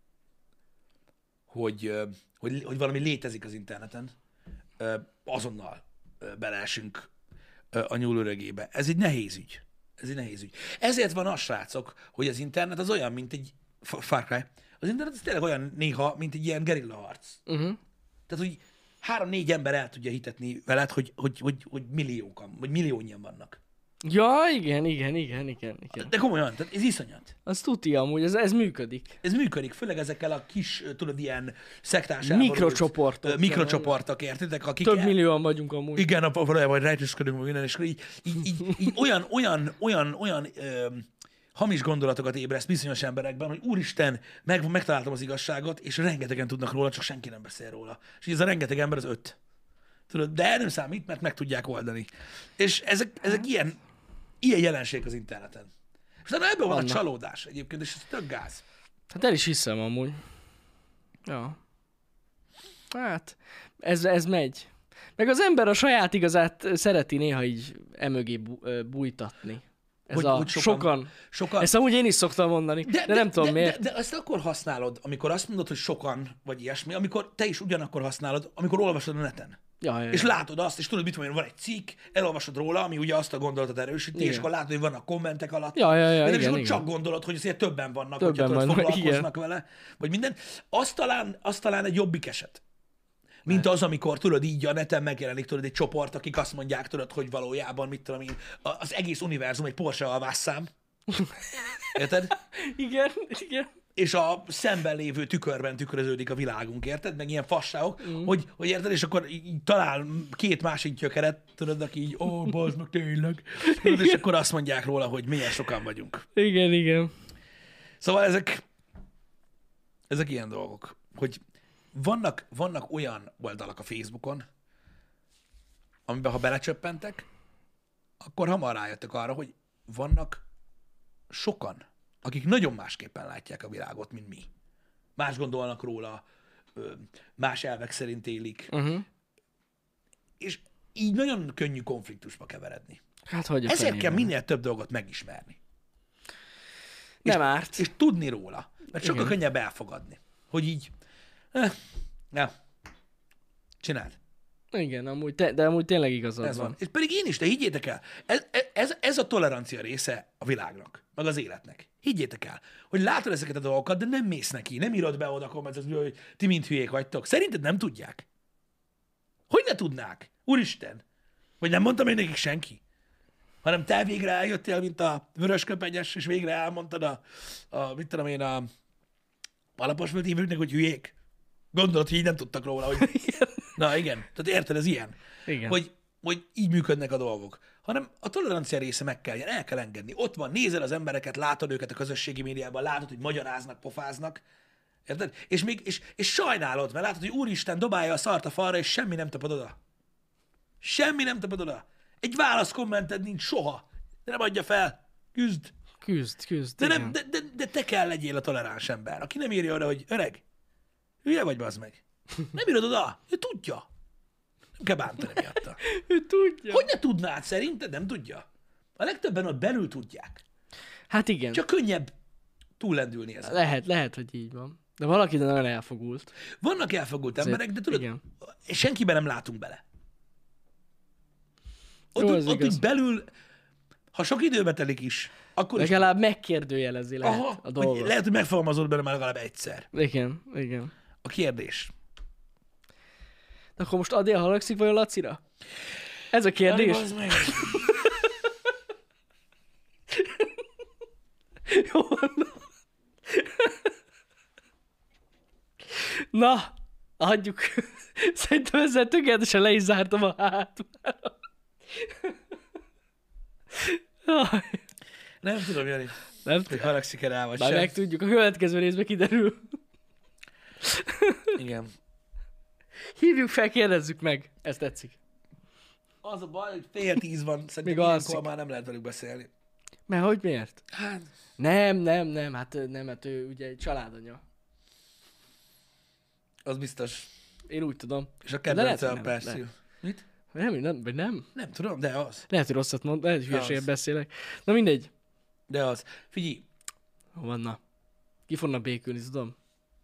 hogy valami létezik az interneten, azonnal beleesünk a nyúlőregébe. Ez egy nehéz ügy. Ezért van az, srácok, hogy az internet az olyan, mint egy Far Cry. Az internet az tényleg olyan néha, mint egy ilyen gerilla harc. Tehát, hogy 3-4 ember el tudja hitetni veled, hogy milliókan, vagy milliónyian vannak. Ja, igen. De komolyan, tehát ez iszonyat. Az tuti amúgy, ez működik. Ez működik, főleg ezekkel a kis, tudod, ilyen szektás Mikrocsoportok. mikrocsoportok, értitek? Akik Több millióan vagyunk amúgy. Igen, valójában rejtőzködünk minden, és akkor így olyan hamis gondolatokat ébreszt bizonyos emberekben, hogy úristen, megtaláltam az igazságot, és rengetegen tudnak róla, csak senki nem beszél róla. És ez a rengeteg ember az 5. Tudod, de nem számít, mert meg tudják oldani. És ezek ilyen jelenség az interneten. És utána ebből van a csalódás egyébként, és ez tök gáz. Hát el is hiszem amúgy. Ja. Hát, ez megy. Meg az ember a saját igazát szereti néha így emögé bújtatni. Hogy sokan. Sokan. Ezt amúgy én is szoktam mondani, de nem tudom miért. De ezt akkor használod, amikor azt mondod, hogy sokan, vagy ilyesmi, amikor te is ugyanakkor használod, amikor olvasod a neten. Ja. És látod azt, és tudod, mit mondja, van egy cikk, elolvasod róla, ami ugye azt a gondolatot erősíti, és akkor látod, hogy vannak kommentek alatt. Ja, de nem igen, is csak gondolod, hogy azért többen vannak, többen hogyha tudod, vannak, foglalkoznak vele, vagy minden. Az talán egy jobbik eset. Mint az, amikor tudod, így a neten megjelenik tudod egy csoport, akik azt mondják, tudod, hogy valójában, mit tudom én, az egész univerzum egy Porsche alvásszám. Érted? Igen. És a szemben lévő tükörben tükröződik a világunk, érted? Meg ilyen fasságok, hogy érted? És akkor így talál két másik gyökeret, tudod, aki így, bazd meg tényleg. Tudod, és akkor azt mondják róla, hogy milyen sokan vagyunk. Igen. Szóval ezek ilyen dolgok, hogy vannak olyan oldalak a Facebookon, amiben ha belecsöppentek, akkor hamar rájöttek arra, hogy vannak sokan, akik nagyon másképpen látják a világot, mint mi. Más gondolnak róla, más elvek szerint élik. És így nagyon könnyű konfliktusba keveredni. Hát hogy ezért kell minél több dolgot megismerni. Nem árt. És tudni róla. Mert sokkal könnyebb elfogadni. Hogy így, csináld. Igen, de amúgy tényleg igazad Ez van. van. És pedig én is, de higgyétek el, ez a tolerancia része a világnak, meg az életnek. Higgyétek el, hogy látod ezeket a dolgokat, de nem mész neki, nem írod be oda kommentet, hogy ti mind hülyék vagytok. Szerinted nem tudják? Hogy ne tudnák? Úristen! Vagy nem mondtam én nekik senki? Hanem te végre eljöttél, mint a vörösköpenyes, és végre elmondtad mit tudom én, a alaposföld hívőknek, hogy hülyék. Gondolod, hogy így nem tudtak róla, hogy... Na igen, tehát érted, ez ilyen. Igen. Hogy így működnek a dolgok. Hanem a tolerancia része el kell engedni. Ott van, nézel az embereket, látod őket a közösségi médiában, látod, hogy magyaráznak, pofáznak. Érted? És sajnálod, mert látod, hogy úristen dobálja a szart a falra, és semmi nem tapad oda. Semmi nem tapad oda. Egy válasz kommented nincs soha. De nem adja fel. Küzd. Küzd. De te kell legyél a toleráns ember, aki nem írja oda, hogy öreg, hülye vagy, bazd meg. Nem írod oda. Ő tudja. Nem kell bántani miatta. Ő tudja. Hogy ne tudnád? Szerinted nem tudja? A legtöbben ott belül tudják. Hát igen. Csak könnyebb túllendülni ezen. Lehet, hogy így van. De valaki de nagyon elfogult. Vannak elfogult emberek, de tudod, igen. senkiben nem látunk bele. Ott így belül, ha sok időbe telik is, akkor legalább megkérdőjelezi lehet a dolgot. Lehet, hogy megfogalmazod bele már legalább egyszer. Igen. A kérdés. De akkor most Adél haragszik vagy a Lacira? Ez a kérdés. Jó. Na, adjuk. Szerintem ezzel tökéletesen le is zártam a hátumára. Nem tudom, Jani, hogy haragszik-e rá, vagy sem. Már megtudjuk, a következő részben kiderül. Igen. Hívjuk fel, kérdezzük meg. Ez tetszik. Az a baj, hogy 9:30 van, szerintem ilyenkor már nem lehet velük beszélni. Mert hogy miért? Hát... Nem, hát ő ugye egy családanya. Az biztos. Én úgy tudom. És a kedvence a Persil. Mit? Nem? Nem tudom, de az. Lehet, hogy rosszat mond, lehet, hogy hülyeséget beszélek. Na mindegy. De az. Figyelj. Hol van, na? Ki fognak békülni, tudom?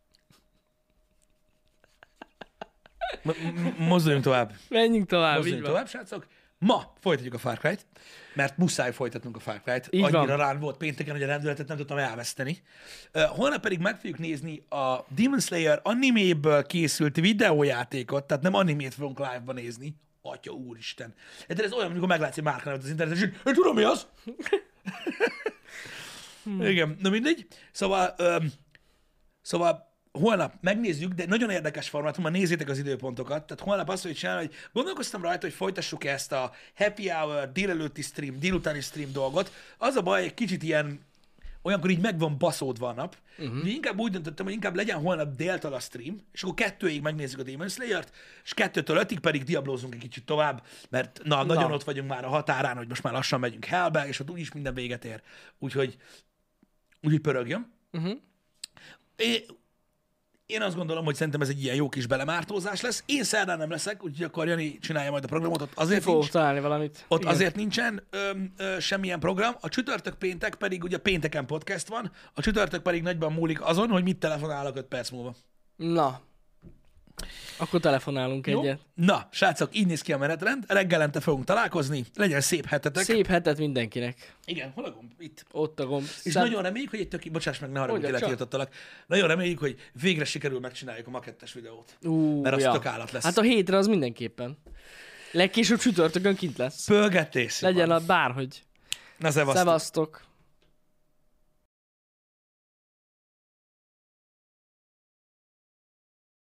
Mozduljunk tovább. Menjünk tovább. Mozduljunk tovább, srácok. Ma folytatjuk a Far Cry-t, mert muszáj folytatnunk a Far Cry-t. Annyira rán volt pénteken, hogy a rendületet nem tudtam elveszteni. Holnap pedig meg fogjuk nézni a Demon Slayer animéből készült videójátékot, tehát nem animét fogunk live-ban nézni. Atya úristen. De ez olyan, amikor meglátsz egy márkanevet az interneten, és én tudom, mi az? Igen, na mindegy. Szóval holnap megnézzük, de nagyon érdekes formátumban, nézzétek az időpontokat. Tehát holnap azt fogjuk csinálni, hogy gondolkoztam rajta, hogy folytassuk ezt a happy hour, délelőtti stream, délutáni stream dolgot. Az a baj, egy kicsit ilyen, olyankor így meg van baszódva a nap. Inkább úgy döntöttem, hogy inkább legyen holnap déltől a stream, és akkor 2-ig megnézzük a Demon Slayer-t, és 2-től 5-ig pedig diablózunk egy kicsit tovább, mert nagyon ott vagyunk már a határán, hogy most már lassan megyünk Hellbe, és ott úgyis minden véget ér. Úgyhogy pörögjön. én azt gondolom, hogy szerintem ez egy ilyen jó kis belemártózás lesz. Én szerdán nem leszek, úgyhogy akkor Jani csinálja majd a programot, ott azért Fogok nincs. találni valamit. Ott Igen. azért nincsen semmilyen program. A csütörtök péntek pedig, ugye pénteken podcast van, a csütörtök pedig nagyban múlik azon, hogy mit telefonálok 5 perc múlva. Na. Akkor telefonálunk Jó? egyet. Na, srácok, így néz ki a menetrend. Reggelente fogunk találkozni. Legyen szép hetetek. Szép hetet mindenkinek. Igen, hol a gomb? Itt. Ott a gomb. És nagyon reméljük, hogy bocsáss meg, ne haragudj, hogy Mondja csak. letiltottalak. Nagyon reméljük, hogy végre sikerül megcsináljuk a makettes videót. Mert az ja. tök állat lesz. Hát a hétre az mindenképpen. Legkésőbb csütörtökön kint lesz. Pölgettés. Legyen a bárhogy. Na, szevasztok. Szevasztok.